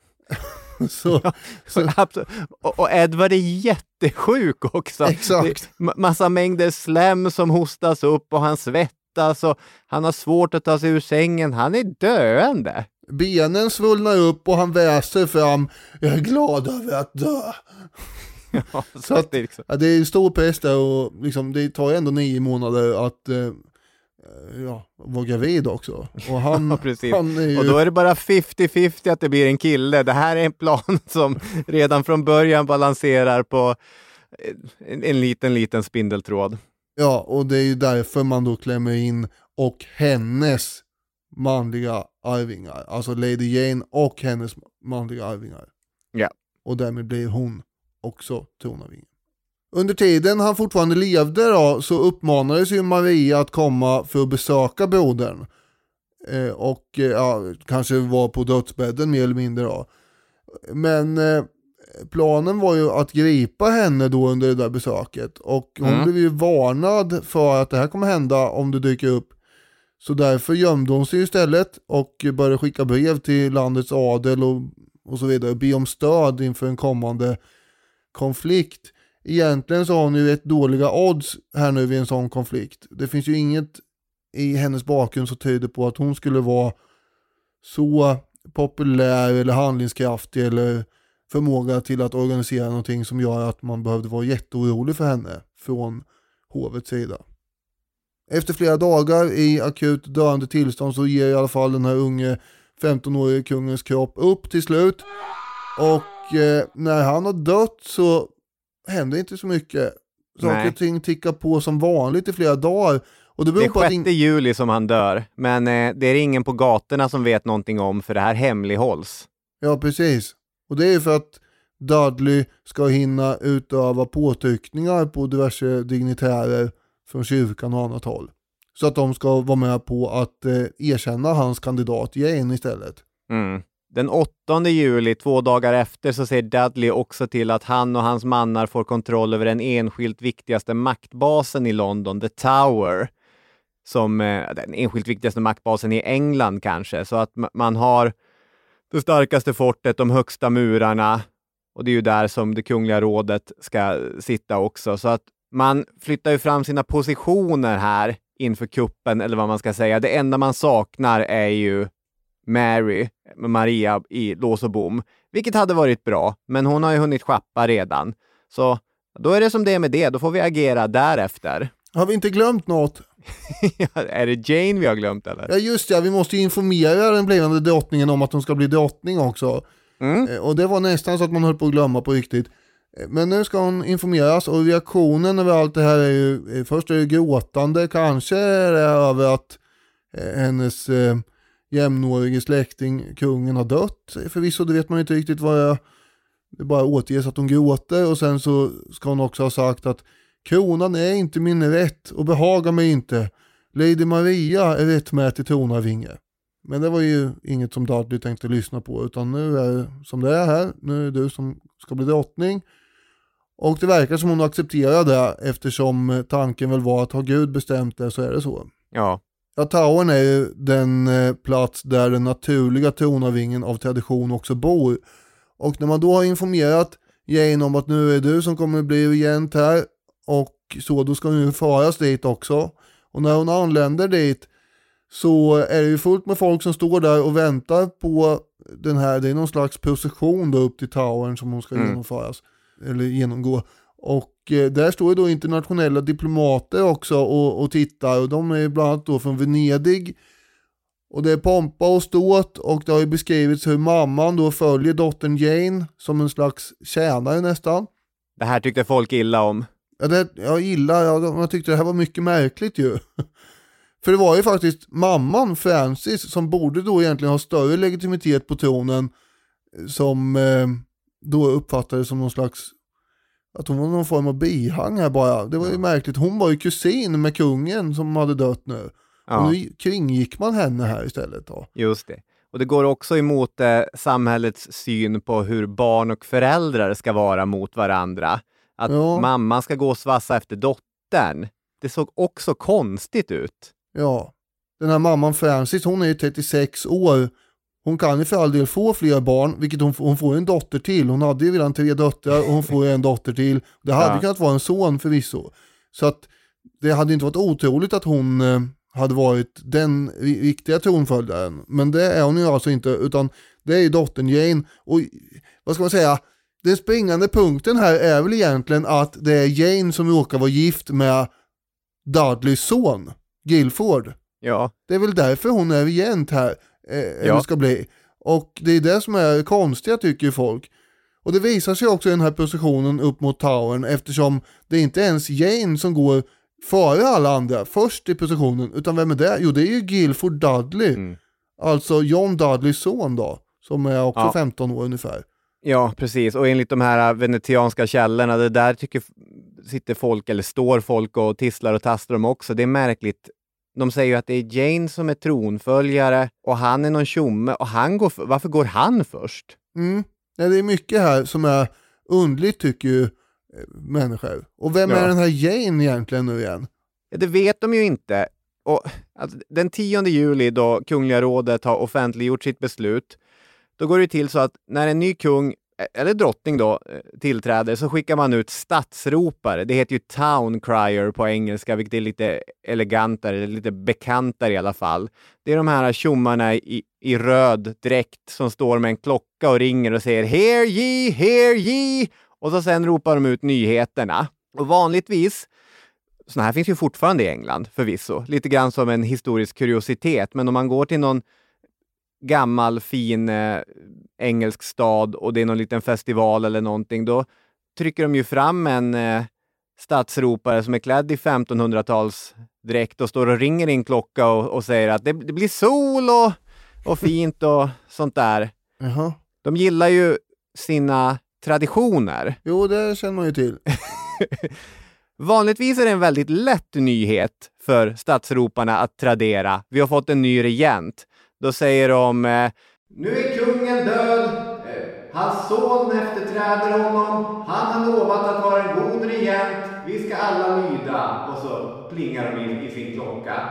Och Edward är jättesjuk också. Exakt. Massa mängder slem som hostas upp och han svettas och han har svårt att ta sig ur sängen. Han är döende. Benen svullnar upp och han väser fram. Jag är glad över att dö. Ja, så att, det är en stor press där, och liksom, det tar ändå 9 månader att vara gravid också. Och han, precis. Han är ju... Och då är det bara 50-50 att det blir en kille. Det här är en plan som redan från början balanserar på en liten spindeltråd. Ja, och det är ju därför man då klämmer in och hennes manliga arvingar. Alltså Lady Jane och hennes manliga arvingar. Ja. Och därmed blir hon också tronarvingen. Under tiden han fortfarande levde då, så uppmanades ju Maria att komma för att besöka brodern. Och kanske var på dödsbädden mer eller mindre då. Men planen var ju att gripa henne då under det där besöket. Och hon blev ju varnad för att det här kommer hända om du dyker upp. Så därför gömde hon sig istället och började skicka brev till landets adel och så vidare. Be om stöd inför en kommande konflikt. Egentligen så har hon ju ett dåliga odds här nu vid en sån konflikt. Det finns ju inget i hennes bakgrund som tyder på att hon skulle vara så populär eller handlingskraftig eller förmåga till att organisera någonting som gör att man behövde vara jätteorolig för henne från hovets sida. Efter flera dagar i akut döende tillstånd så ger i alla fall den här unge 15-årige kungens kropp upp till slut. Och när han har dött så händer inte så mycket. Saker och ting tickar på som vanligt i flera dagar. Och det är 6 juli som han dör. Men det är ingen på gatorna som vet någonting om, för det här hemlighålls. Ja, precis. Och det är för att Dudley ska hinna utöva påtryckningar på diverse dignitärer från kyrkan och annat håll. Så att de ska vara med på att erkänna hans kandidat Jane istället. Den 8 juli, 2 dagar efter, så ser Dudley också till att han och hans mannar får kontroll över den enskilt viktigaste maktbasen i London, The Tower. Som den enskilt viktigaste maktbasen i England kanske. Så att man har det starkaste fortet, de högsta murarna. Och det är ju där som det kungliga rådet ska sitta också. Så att man flyttar ju fram sina positioner här inför kuppen, eller vad man ska säga. Det enda man saknar är ju Maria i lås och bom. Vilket hade varit bra, men hon har ju hunnit schappa redan. Så då är det som det är med det, då får vi agera därefter. Har vi inte glömt något? Är det Jane vi har glömt eller? Ja just det, vi måste ju informera den blivande drottningen om att hon ska bli drottning också. Och det var nästan så att man höll på att glömma på riktigt. Men nu ska hon informeras och reaktionen över allt det här är ju, först är det gråtande, kanske är det över att hennes jämnårige släkting, kungen, har dött. Förvisso, det vet man ju inte riktigt vad det bara återges att hon gråter, och sen så ska hon också ha sagt att kronan är inte min rätt och behagar mig inte. Lady Maria är rättmätig tronarvinge. Men det var ju inget som Dudley tänkte lyssna på, utan nu är det som det är här. Nu är det du som ska bli drottning. Och det verkar som hon accepterar det, eftersom tanken väl var att har Gud bestämt det så är det så. Ja. Ja, Towern är ju den plats där den naturliga tronarvingen av tradition också bor. Och när man då har informerat Jane om att nu är du som kommer bli regent här, och så då ska hon ju faras dit också. Och när hon anländer dit så är det ju fullt med folk som står där och väntar på den här, det är någon slags procession då upp till Towern som hon ska genomföras, eller genomgå. Och där står ju då internationella diplomater också och tittar, och de är bland annat då från Venedig. Och det är pompa och ståt, och det har ju beskrivits hur mamman då följer dottern Jane som en slags tjänare nästan. Det här tyckte folk illa om. Jag tyckte det här var mycket märkligt ju. För det var ju faktiskt mamman Francis som borde då egentligen ha större legitimitet på tronen, som då uppfattades som någon slags, att hon var någon form av bihang här bara. Det var ju märkligt. Hon var ju kusin med kungen som hade dött nu. Ja. Och nu kringgick man henne här istället då. Just det. Och det går också emot samhällets syn på hur barn och föräldrar ska vara mot varandra. Att mamman ska gå och svassa efter dottern. Det såg också konstigt ut. Ja, den här mamman Francis, hon är ju 36 år. Hon kan ju för all del få fler barn, vilket hon får en dotter till. Hon hade ju redan 3 döttrar och hon får en dotter till. Det hade kunnat vara en son förvisso. Så att det hade inte varit otroligt att hon hade varit den viktiga tronföljaren. Men det är hon ju alltså inte, utan det är ju dottern Jane. Och vad ska man säga, den springande punkten här är väl egentligen att det är Jane som råkar vara gift med Dudleys son, Guilford. Ja. Det är väl därför hon är regent här, eller ska bli. Och det är det som är konstiga, tycker folk. Och det visar sig också i den här positionen upp mot Towern, eftersom det är inte ens Jane som går före alla andra först i positionen, utan vem är det? Jo, det är ju Guilford Dudley. Alltså John Dudleys son då, som är också 15 år ungefär. Ja, precis. Och enligt de här venetianska källorna, det där sitter folk, eller står folk och tisslar och tastar dem också. Det är märkligt. De säger ju att det är Jane som är tronföljare och han är någon tjomme, och varför går han först? Ja, det är mycket här som är undligt, tycker ju människor. Och vem är den här Jane egentligen nu igen? Ja, det vet de ju inte. Och alltså, den 10 juli då Kungliga rådet har offentliggjort sitt beslut, då går det till så att när en ny kung eller drottning då tillträder, så skickar man ut stadsropare. Det heter ju town crier på engelska, vilket är lite elegantare, lite bekantare i alla fall. Det är de här tjommarna i röd dräkt som står med en klocka och ringer och säger "Hear ye, hear ye!" Och så sen ropar de ut nyheterna. Och vanligtvis, såna här finns ju fortfarande i England förvisso, lite grann som en historisk kuriositet, men om man går till någon gammal fin engelsk stad och det är någon liten festival eller någonting, då trycker de ju fram en stadsropare som är klädd i 1500-tals dräkt och står och ringer i en klocka och säger att det blir sol och fint och sånt där. Jaha. De gillar ju sina traditioner. Jo, det känner man ju till. Vanligtvis är det en väldigt lätt nyhet för statsroparna att tradera. Vi har fått en ny regent. Då säger de, nu är kungen död, hans son efterträder honom, han har lovat att vara en god regent, vi ska alla lyda. Och så plingar de i sin klocka.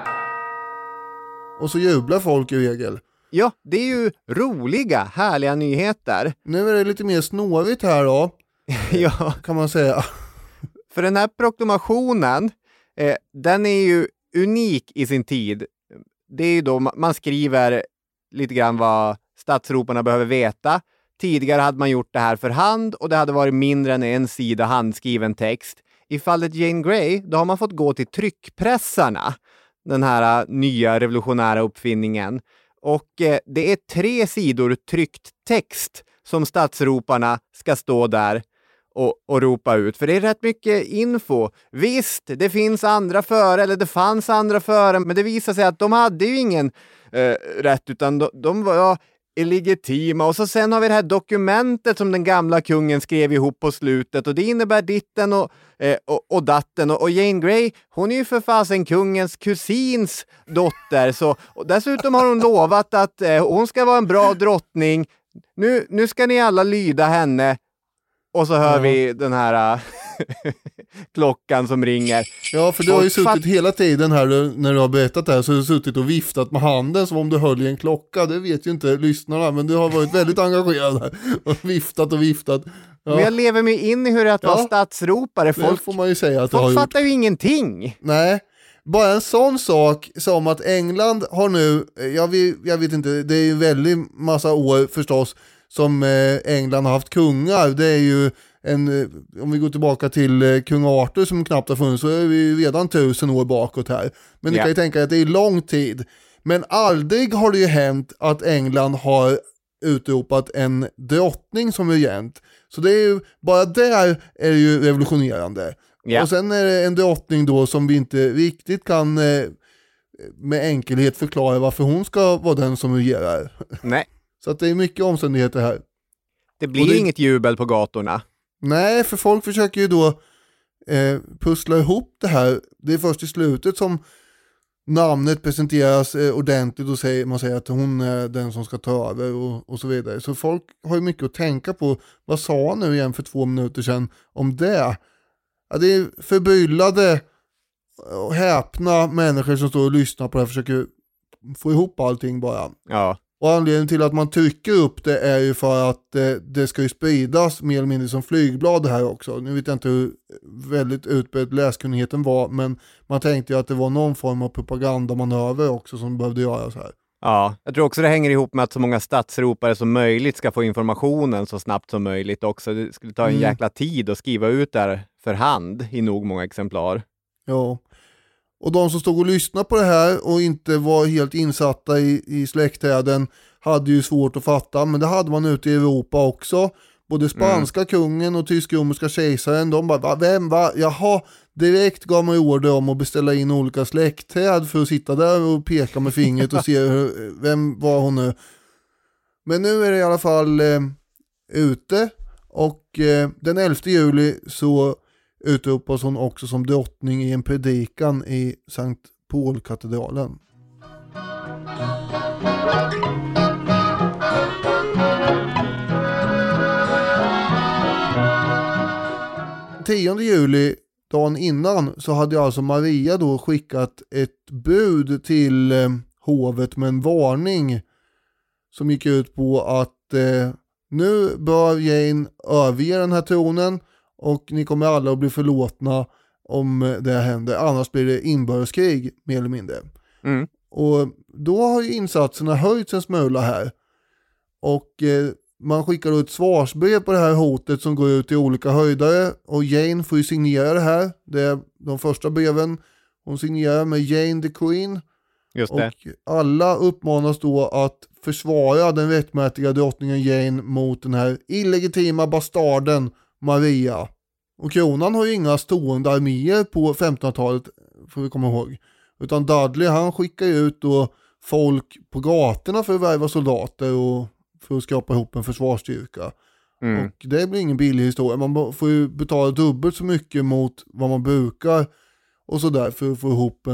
Och så jublar folk i regel. Ja, det är ju roliga, härliga nyheter. Nu är det lite mer snårigt här då. Ja, kan man säga. För den här proklamationen, den är ju unik i sin tid. Det är ju då man skriver lite grann vad statsroparna behöver veta. Tidigare hade man gjort det här för hand och det hade varit mindre än en sida handskriven text. I fallet Jane Grey, då har man fått gå till tryckpressarna. Den här nya revolutionära uppfinningen. Och det är 3 sidor tryckt text som statsroparna ska stå där och ropa ut. För det är rätt mycket info. Visst, det finns andra före, eller det fanns andra före, men det visar sig att de hade ju ingen rätt, utan de var illegitima. Och så sen har vi det här dokumentet som den gamla kungen skrev ihop på slutet, och det innebär ditten och datten. Och Jane Grey, hon är ju för fasen kungens kusins dotter, så, och dessutom har hon lovat att hon ska vara en bra drottning. Nu ska ni alla lyda henne. Och så hör vi den här klockan som ringer. Ja, för du har ju suttit hela tiden här när du har berättat det här, så har du suttit och viftat med handen som om du höll i en klocka. Det vet ju inte lyssnarna, men du har varit väldigt engagerad här och viftat och viftat. Ja. Men jag lever mig in i hur det är att vara statsropare. Folk får man ju säga att folk fattar ju ingenting. Nej, bara en sån sak som att England har nu, jag vet inte, det är ju väldigt massa år förstås som England har haft kungar. Det är ju om vi går tillbaka till kung Arthur som knappt har funnits, så är vi redan 1000 år bakåt här. Men ni kan ju tänka att det är lång tid. Men aldrig har det ju hänt att England har utropat en drottning som regent. Så det är ju, bara där är det ju revolutionerande. Yeah. Och sen är det en drottning då som vi inte riktigt kan med enkelhet förklara varför hon ska vara den som regerar. Nej. Så att det är mycket omständigheter här. Det blir inget jubel på gatorna. Nej, för folk försöker ju då pussla ihop det här. Det är först i slutet som namnet presenteras ordentligt och man säger att hon är den som ska ta över och så vidare. Så folk har ju mycket att tänka på. Vad sa han nu igen för 2 minuter sedan om det? Ja, det är förbryllade och häpna människor som står och lyssnar på det här, försöker få ihop allting bara. Ja. Och anledningen till att man trycker upp det är ju för att det ska ju spridas mer eller mindre som flygblad här också. Nu vet jag inte hur väldigt utbredd läskunnigheten var, men man tänkte ju att det var någon form av propagandamanöver också som behövde göras här. Ja, jag tror också det hänger ihop med att så många statsropare som möjligt ska få informationen så snabbt som möjligt också. Det skulle ta en jäkla tid att skriva ut det här för hand i nog många exemplar. Ja. Och de som stod och lyssnade på det här och inte var helt insatta i släktträden hade ju svårt att fatta, men det hade man ute i Europa också. Både spanska kungen och tysk-romerska kejsaren, de bara, vem va? Jaha, direkt gav man order om att beställa in olika släktträd för att sitta där och peka med fingret och se vem var hon nu. Men nu är det i alla fall ute, och den 11 juli så utropas hon också som drottning i en predikan i Sankt Paul-katedralen. Den 10 juli, dagen innan, så hade alltså Maria då skickat ett bud till hovet med en varning som gick ut på att nu bör Jane överge den här tronen och ni kommer alla att bli förlåtna om det händer. Annars blir det inbördeskrig mer eller mindre. Mm. Och då har ju insatserna höjts en smula här. Och man skickar ut ett svarsbrev på det här hotet som går ut till olika höjdare. Och Jane får ju signera det här. Det är de första breven hon signerar med Jane the Queen. Just det. Och alla uppmanas då att försvara den rättmätiga drottningen Jane mot den här illegitima bastarden Maria. Och kronan har ju inga stående arméer på 1500-talet, får vi komma ihåg. Utan Dudley, han skickar ut då folk på gatorna för att värva soldater och för att skapa ihop en försvarsstyrka. Och det blir ingen billig historia. Man får ju betala dubbelt så mycket mot vad man brukar och sådär för att få ihop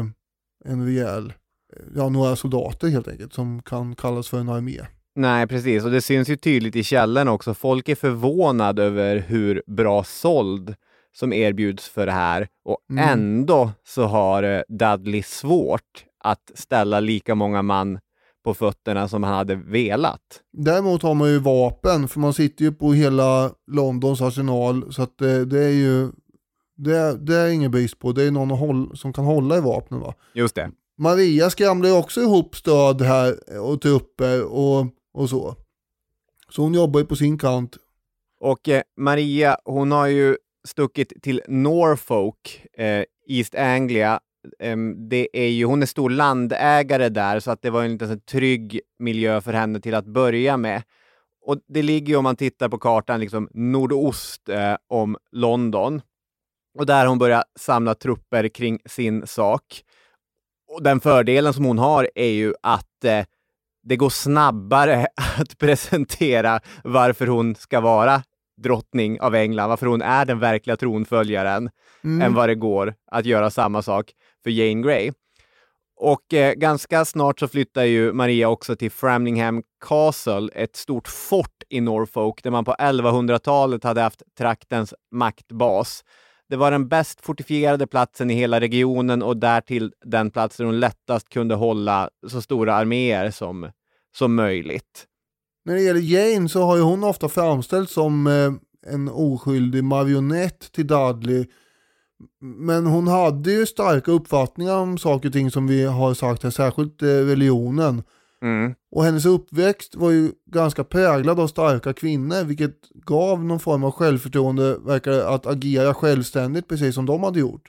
en rejäl, några soldater helt enkelt som kan kallas för en armé. Nej, precis. Och det syns ju tydligt i källan också. Folk är förvånade över hur bra såld som erbjuds för det här. Och ändå så har Dudley svårt att ställa lika många man på fötterna som han hade velat. Däremot har man ju vapen, för man sitter ju på hela Londons arsenal, så att det är ju det är ingen brist på. Det är någon som kan hålla i vapnen, va? Just det. Maria skramlar ju också ihop stöd här och trupper och så. Så hon jobbar ju på sin kant. Och Maria, hon har ju stuckit till Norfolk, East Anglia. Hon är stor landägare där, så att det var en liten trygg miljö för henne till att börja med. Och det ligger ju, om man tittar på kartan, liksom nordost om London. Och där hon börjar samla trupper kring sin sak. Och den fördelen som hon har är ju att det går snabbare att presentera varför hon ska vara drottning av England, varför hon är den verkliga tronföljaren, än vad det går att göra samma sak för Jane Grey. Och ganska snart så flyttar ju Maria också till Framlingham Castle, ett stort fort i Norfolk där man på 1100-talet hade haft traktens maktbas. Det var den bäst fortifierade platsen i hela regionen och därtill den plats där hon lättast kunde hålla så stora arméer som möjligt. När det gäller Jane så har ju hon ofta framställts som en oskyldig marionett till Dudley. Men hon hade ju starka uppfattningar om saker och ting som vi har sagt här, särskilt religionen. Och hennes uppväxt var ju ganska präglad av starka kvinnor, vilket gav någon form av självförtroende, verkar att agera självständigt precis som de hade gjort.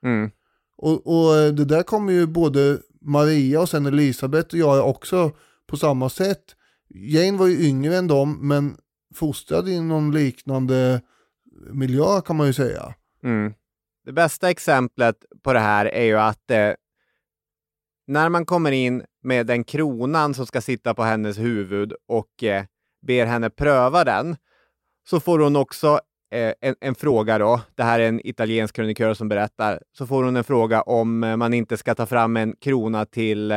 Och det där kommer ju både Maria och sen Elisabeth att göra också på samma sätt. Jane var ju yngre än dem, men fostrad i någon liknande miljö, kan man ju säga. Det bästa exemplet på det här är ju att när man kommer in med den kronan som ska sitta på hennes huvud och ber henne pröva den, så får hon också en fråga då. Det här är en italiensk krönikör som berättar. Så får hon en fråga om man inte ska ta fram en krona till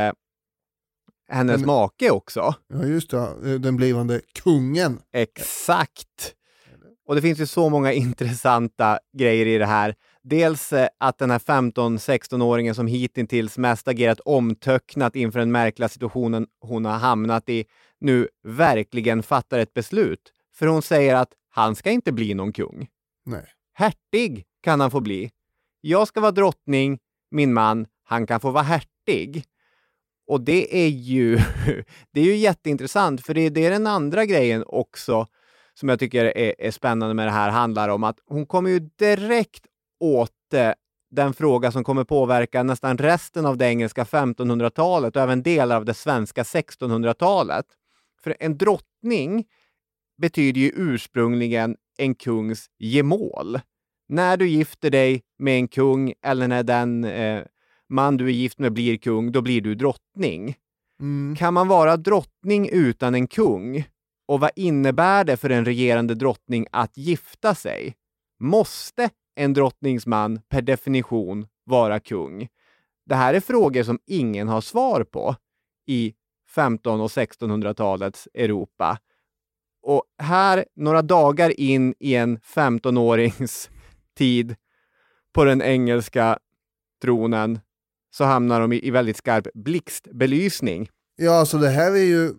hennes make också. Ja, just det. Den blivande kungen. Exakt. Och det finns ju så många intressanta grejer i det här. Dels att den här 15-16-åringen som hittills mest agerat omtöcknat inför den märkliga situationen hon har hamnat i nu verkligen fattar ett beslut. För hon säger att han ska inte bli någon kung. Nej. Hertig kan han få bli. Jag ska vara drottning, min man, han kan få vara hertig. Och det är ju jätteintressant, för det är den andra grejen också som jag tycker är spännande med det här handlar om, att hon kommer ju direkt åt den fråga som kommer påverka nästan resten av det engelska 1500-talet och även delar av det svenska 1600-talet. För en drottning betyder ju ursprungligen en kungs gemål. När du gifter dig med en kung eller när den man du är gift med blir kung, då blir du drottning. Kan man vara drottning utan en kung? Och vad innebär det för en regerande drottning att gifta sig? Måste en drottningsman per definition vara kung? Det här är frågor som ingen har svar på i 1500- och 1600-talets Europa. Och här, några dagar in i en 15-årings tid på den engelska tronen, så hamnar de i väldigt skarp blixtbelysning. Ja, alltså det här är ju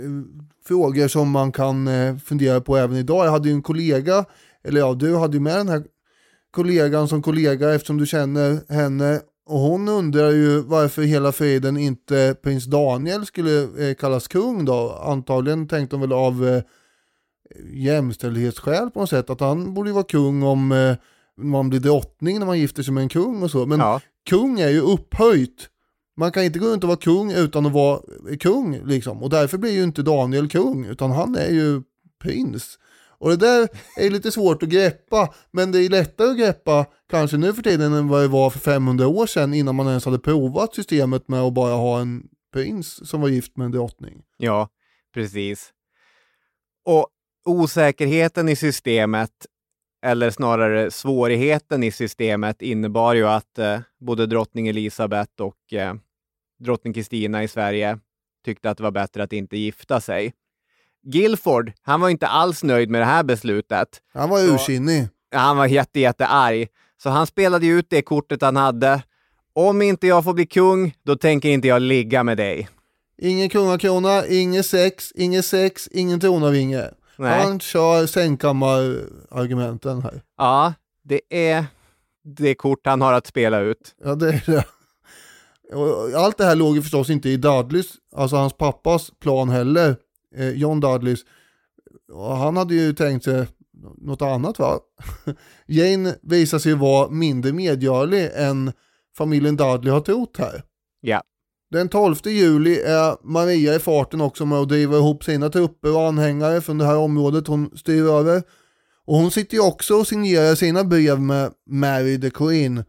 frågor som man kan fundera på även idag. Jag hade ju en kollega, eller ja, du hade ju med den här kollegan som kollega eftersom du känner henne, och hon undrar ju varför hela friden inte prins Daniel skulle kallas kung då. Antagligen tänkte de väl av jämställdhetsskäl på något sätt, att han borde vara kung om man blir drottning när man gifter sig med en kung och så. Men kung är ju upphöjt. Man kan inte gå runt och vara kung utan att vara kung liksom. Och därför blir ju inte Daniel kung, utan han är ju prins. Och det där är lite svårt att greppa, men det är lättare att greppa kanske nu för tiden än vad det var för 500 år sedan, innan man ens hade provat systemet med att bara ha en prins som var gift med en drottning. Ja, precis. Och osäkerheten i systemet, eller snarare svårigheten i systemet, innebar ju att både drottning Elisabeth och drottning Kristina i Sverige tyckte att det var bättre att inte gifta sig. Guilford, han var inte alls nöjd med det här beslutet. Han var ursinnig. Han var jättearg. Så han spelade ju ut det kortet han hade. Om inte jag får bli kung, då tänker inte jag ligga med dig. Ingen kungakrona, ingen sex, ingen tronarvinge. Han kör sängkammarargumenten här. Ja, det är det kort han har att spela ut. Ja, det är det. Allt det här låg ju förstås inte i Dudleys, alltså hans pappas plan heller. John Dudleys. Han hade ju tänkt sig något annat, va? Jane visar sig vara mindre medgörlig än familjen Dudley har trott här. Ja. Den 12 juli är Maria i farten också med att driva ihop sina trupper och anhängare från det här området hon styr över. Och hon sitter ju också och signerar sina brev med Mary the Queen.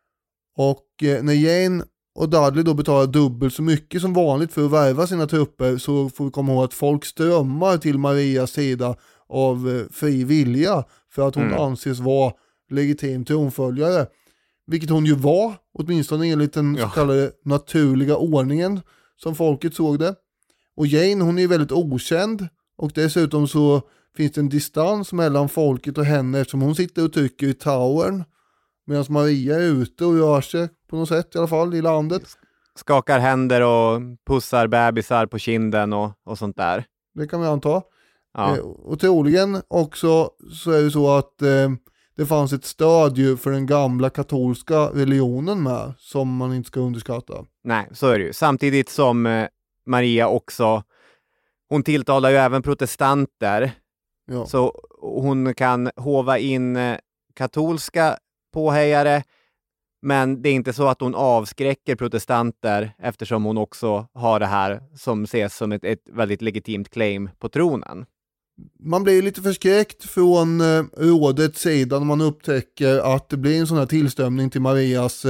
Och när Jane och Dudley då betalar dubbelt så mycket som vanligt för att värva sina trupper, så får vi komma ihåg att folk strömmar till Marias sida av fri vilja för att hon anses vara legitim tronföljare. Vilket hon ju var, åtminstone enligt den så kallade naturliga ordningen som folket såg det. Och Jane, hon är väldigt okänd, och dessutom så finns det en distans mellan folket och henne eftersom hon sitter och trycker i towern medan Maria är ute och rör sig på något sätt i alla fall i landet. Skakar händer och pussar bebisar på kinden och sånt där. Det kan vi anta. Ja. Och troligen också så är det så att det fanns ett stöd ju för den gamla katolska religionen med, som man inte ska underskatta. Nej, så är det ju. Samtidigt som Maria också, hon tilltalar ju även protestanter. Ja. Så hon kan hova in katolska påhejare, men det är inte så att hon avskräcker protestanter, eftersom hon också har det här som ses som ett väldigt legitimt claim på tronen. Man blir lite förskräckt från rådets sida när man upptäcker att det blir en sån här tillströmning till Marias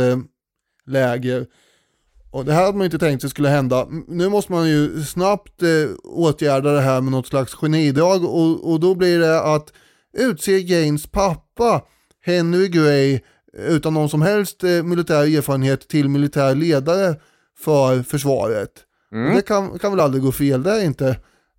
läger. Och det här hade man inte tänkt sig skulle hända. Nu måste man ju snabbt åtgärda det här med något slags genidrag, och då blir det att utse Janes pappa Henry Grey utan någon som helst militär erfarenhet till militär ledare för försvaret. Och det kan väl aldrig gå fel där inte.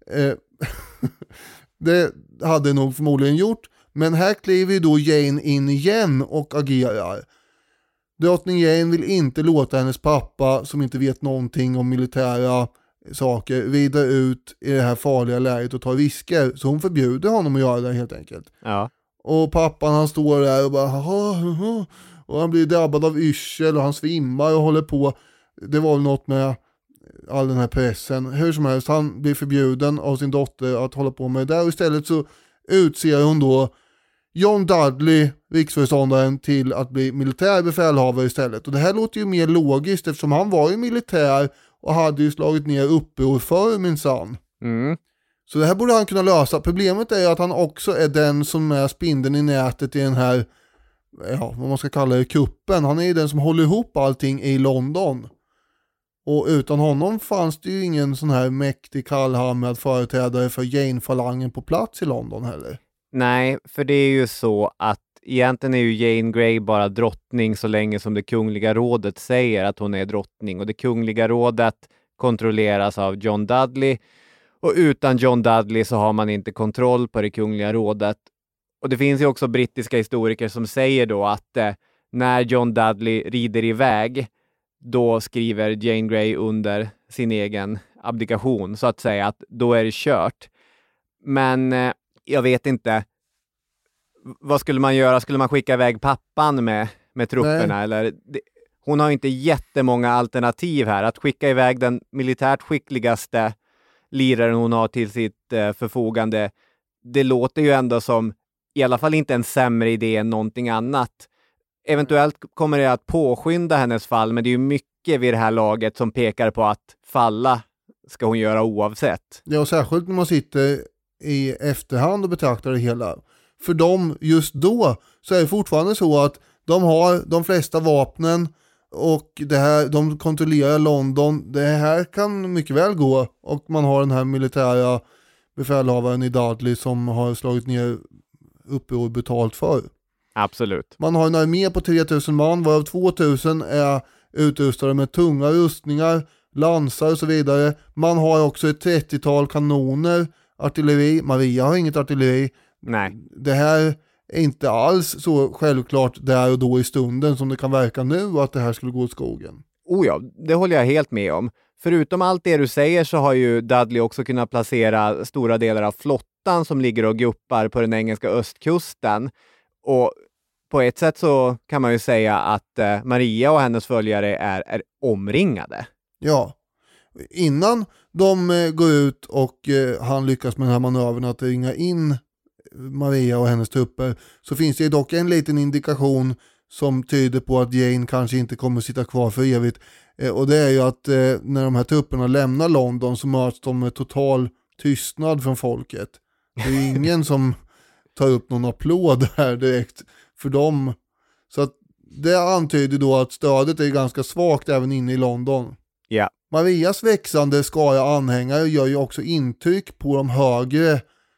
Det hade nog förmodligen gjort, men här kliver då Jane in igen och agerar. Drottning Jane vill inte låta hennes pappa, som inte vet någonting om militära saker, vida ut i det här farliga läget och ta risker, så hon förbjuder honom att göra det helt enkelt. Ja. Och pappan, han står där och bara och han blir drabbad av yrsel och han svimmar och håller på. Det var väl något med all den här pressen. Hur som helst, han blir förbjuden av sin dotter att hålla på med det där, och istället så utser hon då John Dudley, riksföreståndaren, till att bli militärbefälhavare istället. Och det här låter ju mer logiskt eftersom han var ju militär och hade ju slagit ner uppror för minsann. Så det här borde han kunna lösa. Problemet är att han också är den som är spindeln i nätet i den här, ja, vad man ska kalla det, kuppen. Han är ju den som håller ihop allting i London. Och utan honom fanns det ju ingen sån här mäktig kallhamrad företrädare för Jane-falangen på plats i London heller. Nej, för det är ju så att egentligen är ju Jane Grey bara drottning så länge som det kungliga rådet säger att hon är drottning. Och det kungliga rådet kontrolleras av John Dudley. Och utan John Dudley så har man inte kontroll på det kungliga rådet. Och det finns ju också brittiska historiker som säger då att när John Dudley rider iväg, då skriver Jane Grey under sin egen abdikation, så att säga, att då är det kört. Men jag vet inte, vad skulle man göra? Skulle man skicka iväg pappan med trupperna? Eller, hon har inte jättemånga alternativ här. Att skicka iväg den militärt skickligaste liraren hon har till sitt förfogande, det låter ju ändå som i alla fall inte en sämre idé än någonting annat. Eventuellt kommer det att påskynda hennes fall, men det är ju mycket vid det här laget som pekar på att falla ska hon göra oavsett. Ja, särskilt när man sitter i efterhand och betraktar det hela. För dem just då så är det fortfarande så att de har de flesta vapnen och det här, de kontrollerar London. Det här kan mycket väl gå, och man har den här militära befälhavaren i Dudley som har slagit ner uppror betalt för. Absolut. Man har en armé på 3000 man, varav 2000 är utrustade med tunga rustningar, lansar och så vidare. Man har också ett 30-tal kanoner, artilleri. Maria har inget artilleri. Nej. Det här är inte alls så självklart där och då i stunden som det kan verka nu att det här skulle gå åt skogen. Oh ja, det håller jag helt med om. Förutom allt det du säger så har ju Dudley också kunnat placera stora delar av flottan som ligger och guppar på den engelska östkusten. Och på ett sätt så kan man ju säga att Maria och hennes följare är omringade. Ja, innan de går ut och han lyckas med den här manövern att ringa in Maria och hennes trupper, så finns det dock en liten indikation som tyder på att Jane kanske inte kommer sitta kvar för evigt. Och det är ju att när de här trupperna lämnar London så möts de med total tystnad från folket. Det är ingen som tar upp någon applåd här direkt för dem. Så att det antyder då att stödet är ganska svagt även inne i London. Ja. Marias växande skara anhängare gör ju också intryck på de högre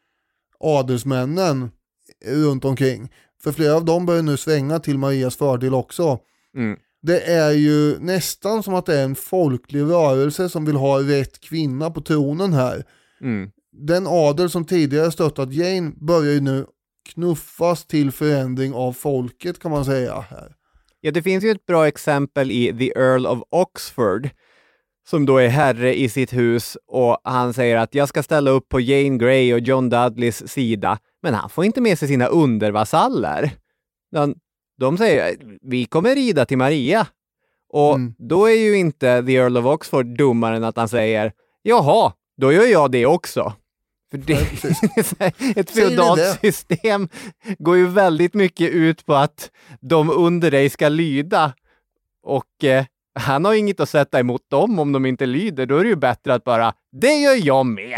adelsmännen runt omkring. För flera av dem börjar nu svänga till Marias fördel också. Mm. Det är ju nästan som att det är en folklig rörelse som vill ha rätt kvinna på tronen här. Mm. Den adel som tidigare stöttat Jane börjar ju nu knuffas till förändring av folket, kan man säga här. Ja, det finns ju ett bra exempel i The Earl of Oxford som då är herre i sitt hus, och han säger att jag ska ställa upp på Jane Grey och John Dudleys sida, men han får inte med sig sina undervasaller. De säger, vi kommer rida till Maria. Och då är ju inte The Earl of Oxford dummare än att han säger, jaha, då gör jag det också. För ett feodalt system går ju väldigt mycket ut på att de under dig ska lyda. Och han har inget att sätta emot dem om de inte lyder. Då är det ju bättre att bara, det gör jag med.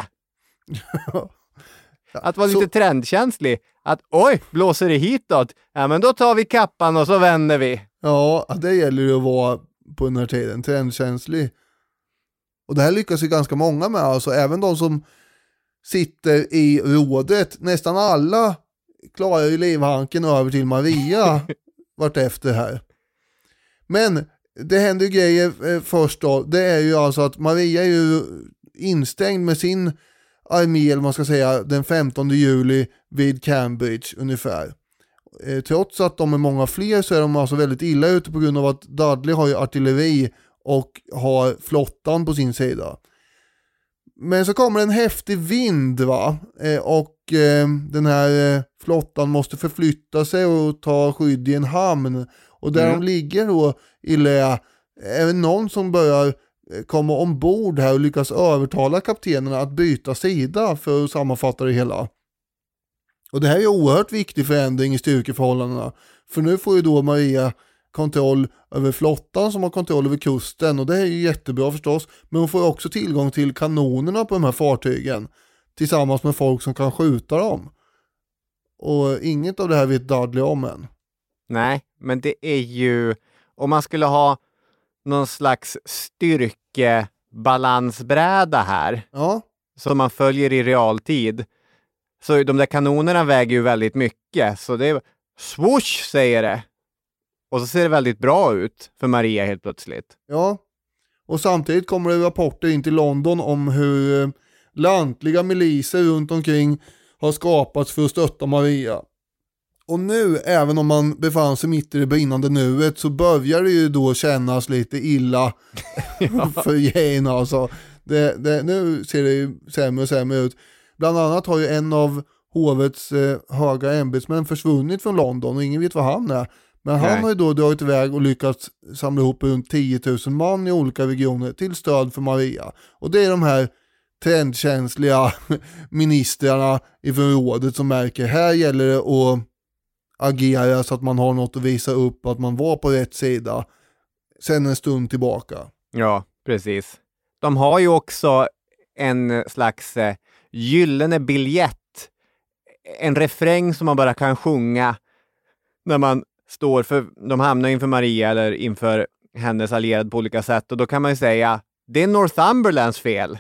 Att vara lite trendkänslig. Att oj, blåser det hitåt? Ja, men då tar vi kappan och så vänder vi. Ja, det gäller ju att vara på den här tiden trendkänslig. Och det här lyckas ju ganska många med. Alltså även de som sitter i rådet, nästan alla klarar ju livhanken över till Maria vart efter här. Men det händer ju grejer först då. Det är ju alltså att Maria är ju instängd med sin armé, eller man ska säga, den 15 juli vid Cambridge ungefär. Trots att de är många fler så är de alltså väldigt illa ute på grund av att Dudley har ju artilleri och har flottan på sin sida. Men så kommer en häftig vind och den här flottan måste förflytta sig och ta skydd i en hamn. Och där de ligger då i lä är det någon som börjar komma ombord här och lyckas övertala kaptenerna att byta sida, för att sammanfatta det hela. Och det här är en oerhört viktig förändring i styrkeförhållandena. För nu får ju då Maria kontroll över flottan som har kontroll över kusten, och det är ju jättebra förstås, men hon får också tillgång till kanonerna på de här fartygen tillsammans med folk som kan skjuta dem. Och inget av det här vet Dudley om än. Nej, men det är ju, om man skulle ha någon slags styrkebalansbräda här som man följer i realtid, så de där kanonerna väger ju väldigt mycket, så det är swoosh säger det. Och så ser det väldigt bra ut för Maria helt plötsligt. Ja, och samtidigt kommer det rapporter in till London om hur lantliga miliser runt omkring har skapats för att stötta Maria. Och nu, även om man befann sig mitt i det brinnande nuet, så börjar det ju då kännas lite illa för Jane. Alltså. Nu ser det ju sämre och sämre ut. Bland annat har ju en av hovets höga ämbetsmän försvunnit från London och ingen vet vad han är. Men han har ju då dragit iväg och lyckats samla ihop runt 10 000 man i olika regioner till stöd för Maria. Och det är de här trendkänsliga ministrarna i rådet som märker, här gäller det att agera så att man har något att visa upp att man var på rätt sida sen en stund tillbaka. Ja, precis. De har ju också en slags gyllene biljett. En refräng som man bara kan sjunga när man står för, de hamnar inför Maria eller inför hennes allierad på olika sätt, och då kan man ju säga, det är Northumberlands fel.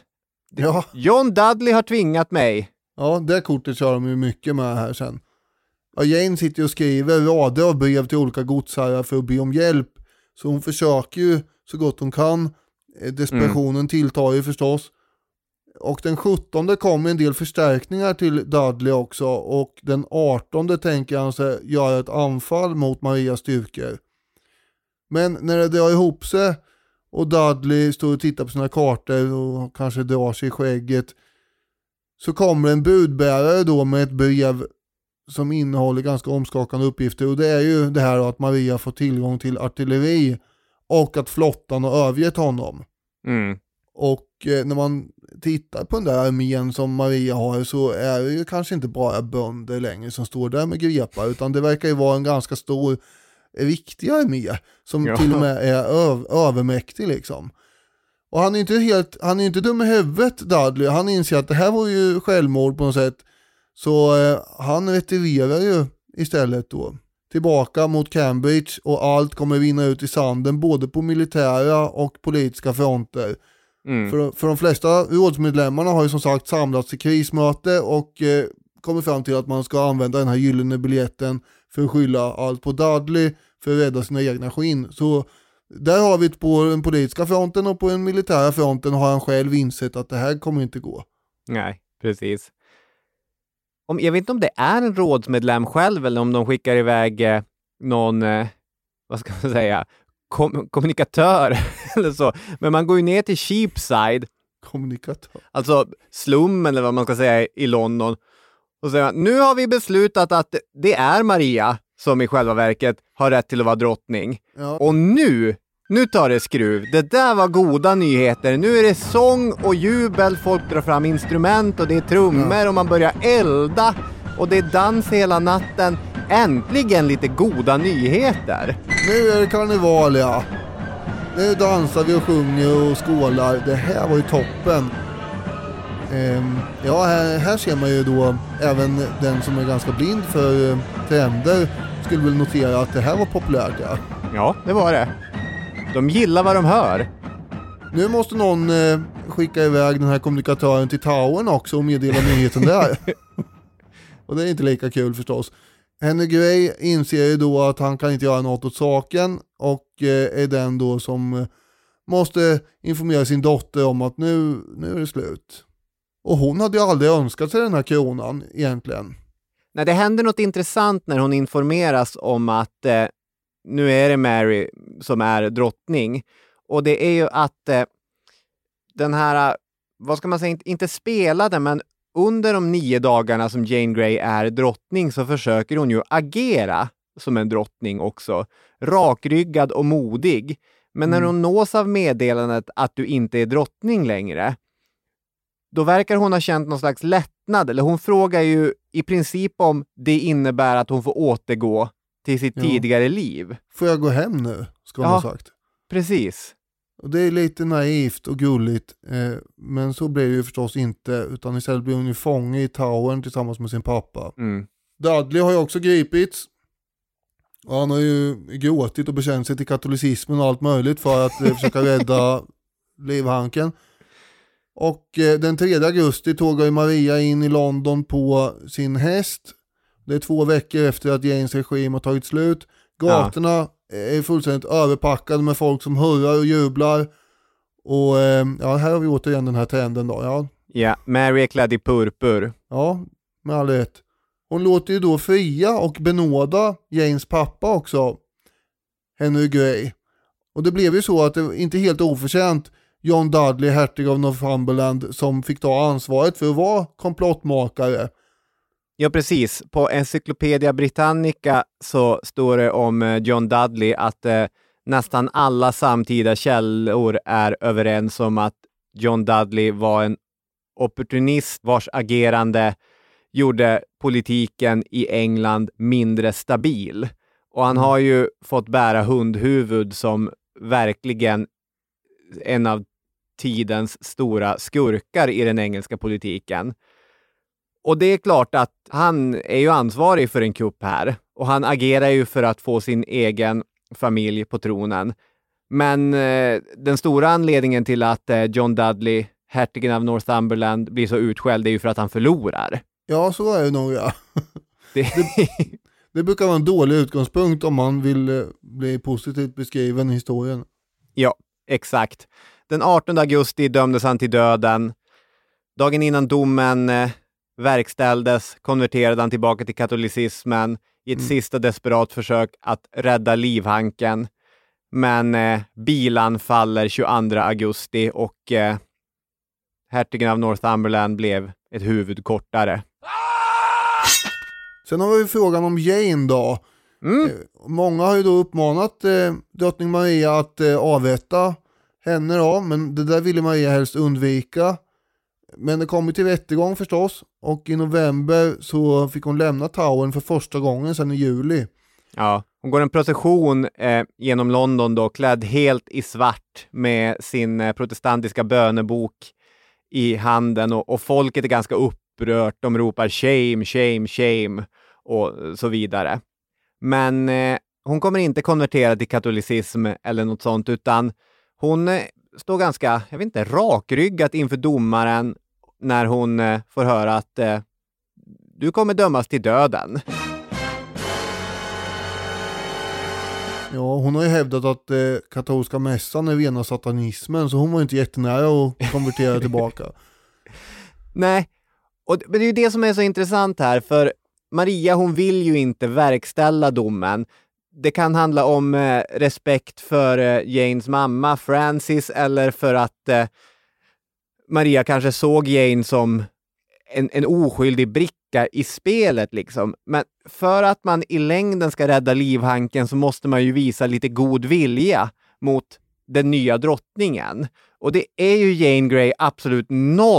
Ja. John Dudley har tvingat mig. Ja, det kortet kör de ju mycket med här sen. Ja, Jane sitter och skriver rader av brev till olika godsherrar för att be om hjälp. Så hon försöker ju så gott hon kan. Desperationen tilltar ju förstås. Och den 17 kommer en del förstärkningar till Dudley också. Och den 18 tänker han sig göra ett anfall mot Marias styrkor. Men när det drar ihop sig och Dudley står och tittar på sina kartor och kanske drar sig i skägget, så kommer en budbärare då med ett brev som innehåller ganska omskakande uppgifter. Och det är ju det här att Maria får tillgång till artilleri och att flottan har övergett honom. Och när man tittar på den där armén som Maria har, så är det ju kanske inte bara bönder längre som står där med grepar, utan det verkar ju vara en ganska stor riktig armé som till och med är övermäktig liksom. Och han är inte dum i huvudet, Dudley. Han inser att det här var ju självmord på något sätt. Så han retirerar ju istället då tillbaka mot Cambridge, och allt kommer vinna ut i sanden både på militära och politiska fronter. För de flesta rådsmedlemmarna har ju som sagt samlats i krismöte och kommit fram till att man ska använda den här gyllene biljetten för att skylla allt på Dudley för att rädda sina egna skinn. Så där har vi på den politiska fronten, och på den militära fronten har han själv insett att det här kommer inte gå. Nej, precis. Jag vet inte om det är en rådsmedlem själv eller om de skickar iväg någon, vad ska man säga, kommunikatör eller så. Men man går ju ner till Cheapside. Kommunikatör? Alltså slum eller vad man ska säga i London. Och säger nu har vi beslutat att det är Maria som i själva verket har rätt till att vara drottning. Ja. Och nu tar det skruv. Det där var goda nyheter. Nu är det sång och jubel. Folk drar fram instrument och det är trummor och man börjar elda. Och det är dans hela natten. Äntligen lite goda nyheter. Nu är det karneval, ja. Nu dansar vi och sjunger och skålar. Det här var ju toppen. Ja, här ser man ju då även den som är ganska blind för trender skulle väl notera att det här var populärt, ja. Ja, det var det. De gillar vad de hör. Nu måste någon skicka iväg den här kommunikatören till Towern också och meddela nyheten där. Och det är inte lika kul förstås. Henry Grey inser ju då att han kan inte göra något åt saken och är den då som måste informera sin dotter om att nu är det slut. Och hon hade ju aldrig önskat sig den här kronan egentligen. Nej, det händer något intressant när hon informeras om att nu är det Mary som är drottning. Och det är ju att den här, vad ska man säga, inte spelade, men under de 9 dagarna som Jane Grey är drottning så försöker hon ju agera som en drottning också. Rakryggad och modig. Men när hon nås av meddelandet att du inte är drottning längre, då verkar hon ha känt någon slags lättnad. Eller hon frågar ju i princip om det innebär att hon får återgå till sitt tidigare liv. Får jag gå hem nu, ska hon ha sagt. Precis. Och det är lite naivt och gulligt. Men så blir det ju förstås inte. Utan istället blir hon ju fånge i Towern tillsammans med sin pappa. Dudley har ju också gripits. Och han har ju gråtit och bekänt sig till katolicismen och allt möjligt för att försöka rädda livhanken. Och den 3 augusti tåg ju Maria in i London på sin häst. Det är 2 veckor efter att Janes regim har tagit slut. Gatorna är fullständigt överpackade med folk som hurrar och jublar. Och här har vi återigen den här trenden då. Ja, Mary är klädd i purpur. Ja, med all rätt. Hon låter ju då fria och benåda Janes pappa också, Henry Grey. Och det blev ju så att det inte helt oförtjänt John Dudley, hertig av Northumberland, som fick ta ansvaret för att vara komplottmakare. Ja, precis. På Encyclopedia Britannica så står det om John Dudley att nästan alla samtida källor är överens om att John Dudley var en opportunist vars agerande gjorde politiken i England mindre stabil. Och han har ju fått bära hundhuvud som verkligen en av tidens stora skurkar i den engelska politiken. Och det är klart att han är ju ansvarig för en kupp här. Och han agerar ju för att få sin egen familj på tronen. Men den stora anledningen till att John Dudley hertigen av Northumberland blir så utskälld, det är ju för att han förlorar. Ja, så är det nog, ja. Det... Det brukar vara en dålig utgångspunkt om man vill bli positivt beskriven i historien. Ja, exakt. Den 18 augusti dömdes han till döden. Dagen innan domen verkställdes konverterade han tillbaka till katolicismen i ett sista desperat försök att rädda livhanken. Men bilan faller 22 augusti och hertigen av Northumberland blev ett huvud kortare. Sen har vi frågan om Jane då. Många har ju då uppmanat drottning Maria att avrätta henne då, men det där ville Maria helst undvika. Men det kom till rättegång förstås, och i november så fick hon lämna Towern för första gången sedan i juli. Ja, hon går en procession genom London då, klädd helt i svart med sin protestantiska bönebok i handen, och folket är ganska upprört. De ropar shame, shame, shame och så vidare. Men hon kommer inte konvertera till katolicism eller något sånt, utan hon står ganska, jag vet inte, rakryggat inför domaren när hon får höra att du kommer dömas till döden. Ja, hon har ju hävdat att katolska mässan är rena satanismen, så hon var inte jättenära att konvertera tillbaka. Nej, och det är ju det som är så intressant här, för Maria, hon vill ju inte verkställa domen. Det kan handla om respekt för Janes mamma Frances, eller för att Maria kanske såg Jane som en oskyldig bricka i spelet liksom. Men för att man i längden ska rädda livhanken så måste man ju visa lite god vilja mot den nya drottningen. Och det är ju Jane Grey absolut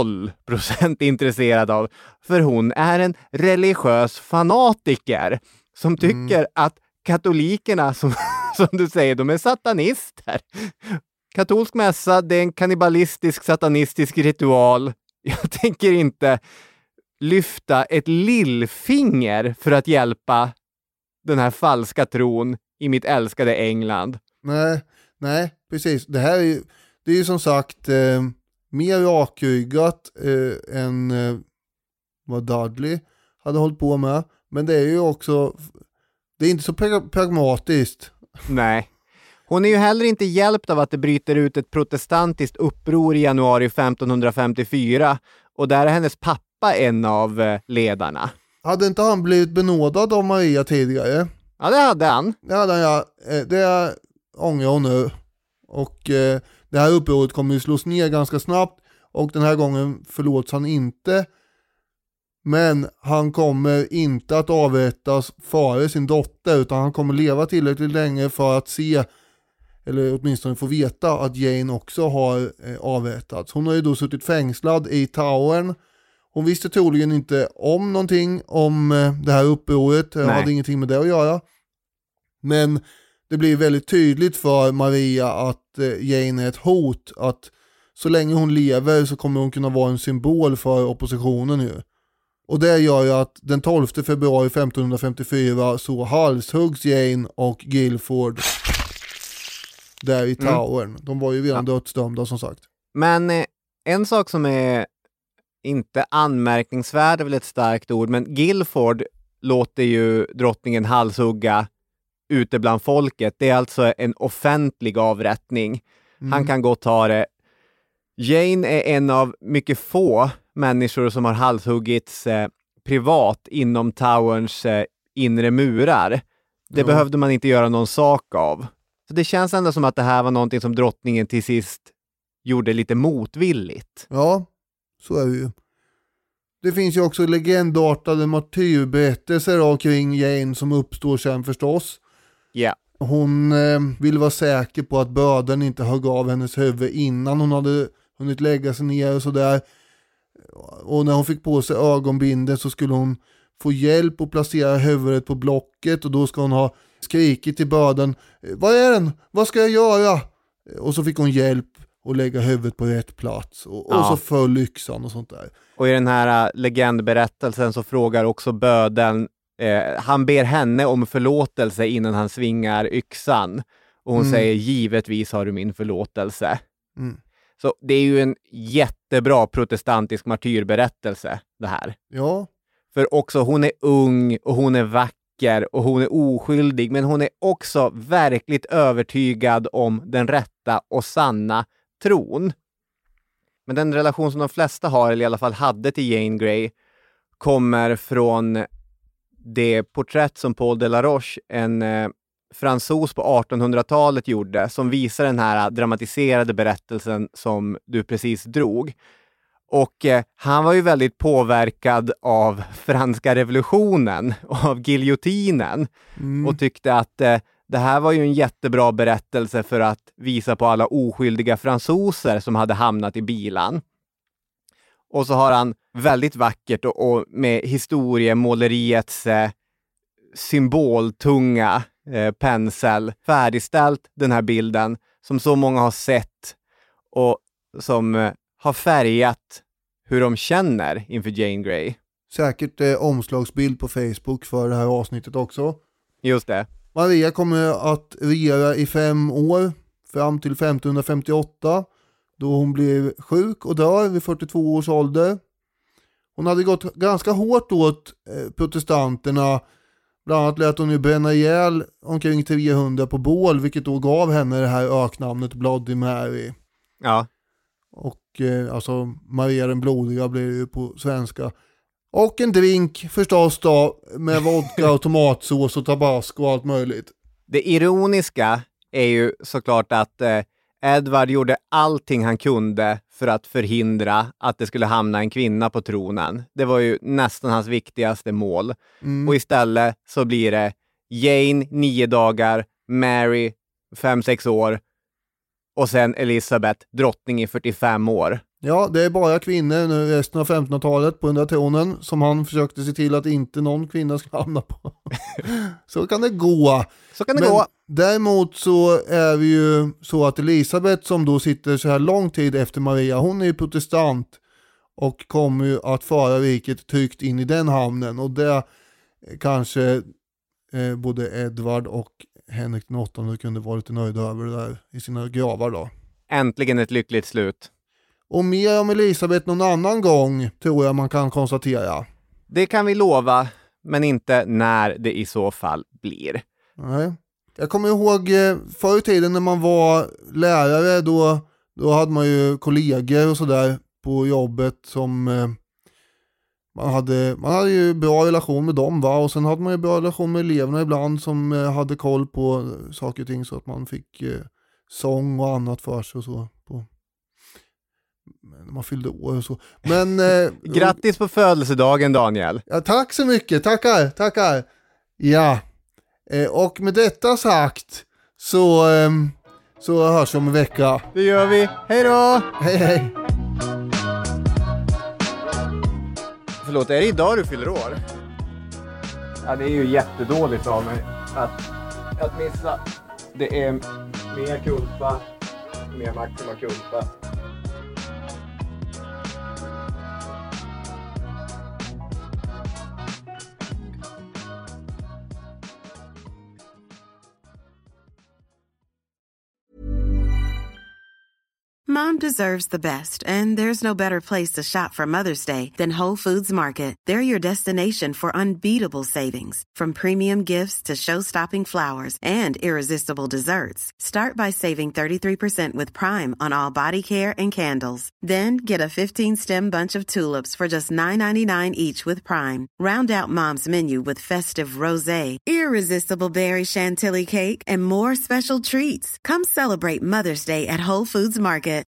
0% intresserad av, för hon är en religiös fanatiker som tycker att katolikerna, som du säger, de är satanister. Katolsk mässa, det är en kannibalistisk, satanistisk ritual. Jag tänker inte lyfta ett lillfinger för att hjälpa den här falska tron i mitt älskade England. Nej, precis. Det är ju som sagt mer rakryggat än vad Dudley hade hållit på med. Men det är ju också, det är inte så pragmatiskt. Nej. Hon är ju heller inte hjälpt av att det bryter ut ett protestantiskt uppror i januari 1554, och där är hennes pappa en av ledarna. Hade inte han blivit benådad av Maria tidigare? Ja, det hade han. Det hade han, ja. Det ångrar hon nu. Och det här upproret kommer ju slås ner ganska snabbt, och den här gången förlåts han inte. Men han kommer inte att avrättas före sin dotter, utan han kommer leva tillräckligt länge för att se, eller åtminstone få veta, att Jane också har avrättats. Hon har ju då suttit fängslad i Towern. Hon visste troligen inte om någonting om det här upproret. Det hade ingenting med det att göra. Men det blir väldigt tydligt för Maria att Jane är ett hot. Att så länge hon lever så kommer hon kunna vara en symbol för oppositionen ju. Och det gör ju att den 12 februari 1554 så halshuggs Jane och Guilford där i Towern. De var ju redan dödsdömda som sagt. Men en sak som är inte anmärkningsvärd är väl ett starkt ord, men Guilford låter ju drottningen halshugga ute bland folket. Det är alltså en offentlig avrättning. Han kan gott ta det. Jane är en av mycket få människor som har halshuggits privat inom Towerns inre murar. Det behövde man inte göra någon sak av. Så det känns ändå som att det här var någonting som drottningen till sist gjorde lite motvilligt. Ja, så är det ju. Det finns ju också legendartade martyrberättelser kring Jane som uppstår sen förstås. Ja. Yeah. Hon vill vara säker på att bödeln inte högg av hennes huvud innan hon hade hunnit lägga sig ner och sådär. Och när hon fick på sig ögonbinden så skulle hon få hjälp att placera huvudet på blocket, och då ska hon ha skrikit till bödeln: vad är den? Vad ska jag göra? Och så fick hon hjälp att lägga huvudet på rätt plats, och så föll yxan och sånt där. Och i den här legendberättelsen så frågar också bödeln, han ber henne om förlåtelse innan han svingar yxan, och hon säger: givetvis har du min förlåtelse. Så det är ju en jättebra protestantisk martyrberättelse det här. Ja. För också hon är ung och hon är vacker och hon är oskyldig, men hon är också verkligt övertygad om den rätta och sanna tron. Men den relation som de flesta har, eller i alla fall hade till Jane Grey, kommer från det porträtt som Paul de la Roche, en fransos på 1800-talet, gjorde, som visar den här dramatiserade berättelsen som du precis drog. Och han var ju väldigt påverkad av franska revolutionen och av giljotinen och tyckte att det här var ju en jättebra berättelse för att visa på alla oskyldiga fransoser som hade hamnat i bilan. Och så har han väldigt vackert och med historiemåleriets symboltunga pensel färdigställt den här bilden som så många har sett och som har färgat hur de känner inför Jane Grey. Säkert omslagsbild på Facebook för det här avsnittet också. Just det. Maria kommer att regera i 5 år fram till 1558 då hon blev sjuk och dör vid 42 års ålder. Hon hade gått ganska hårt åt protestanterna. Bland annat lät hon ju bränna ihjäl omkring 300 på bål, vilket då gav henne det här öknamnet Bloody Mary. Ja. Och alltså Maria den blodiga blir det ju på svenska. Och en drink förstås då med vodka och tomatsås och tabasco och allt möjligt. Det ironiska är ju såklart att Edward gjorde allting han kunde för att förhindra att det skulle hamna en kvinna på tronen. Det var ju nästan hans viktigaste mål. Och istället så blir det Jane 9 dagar, Mary 5-6 år och sen Elizabeth, drottning i 45 år. Ja, det är bara kvinnor nu resten av 1500-talet på den där tronen som han försökte se till att inte någon kvinna ska hamna på. Så kan det gå. Så kan det gå. Däremot så är det ju så att Elisabeth som då sitter så här lång tid efter Maria, hon är ju protestant och kommer ju att föra riket tryggt in i den hamnen och det kanske både Edward och Henrik VIII kunde vara lite nöjda över det där i sina gravar då. Äntligen ett lyckligt slut. Och mer om Elisabeth någon annan gång tror jag man kan konstatera. Det kan vi lova, men inte när det i så fall blir. Nej. Jag kommer ihåg förr i tiden när man var lärare, då hade man ju kollegor och sådär på jobbet som man hade ju bra relation med dem, va? Och sen hade man ju bra relation med eleverna ibland som hade koll på saker och ting så att man fick sång och annat för sig och så på när man fyllde år och så. Men grattis på födelsedagen, Daniel. Ja, tack så mycket. Tackar. Ja. Och med detta sagt så hörs vi om en vecka. Det gör vi. Hej då! Hej. Förlåt, är det idag du fyller år? Ja, det är ju jättedåligt av mig att missa. Det är mer kulpa, mer maxima kulpa. Mom deserves the best, and there's no better place to shop for Mother's Day than Whole Foods Market. They're your destination for unbeatable savings, from premium gifts to show-stopping flowers and irresistible desserts. Start by saving 33% with Prime on all body care and candles. Then get a 15-stem bunch of tulips for just $9.99 each with Prime. Round out Mom's menu with festive rosé, irresistible berry chantilly cake, and more special treats. Come celebrate Mother's Day at Whole Foods Market.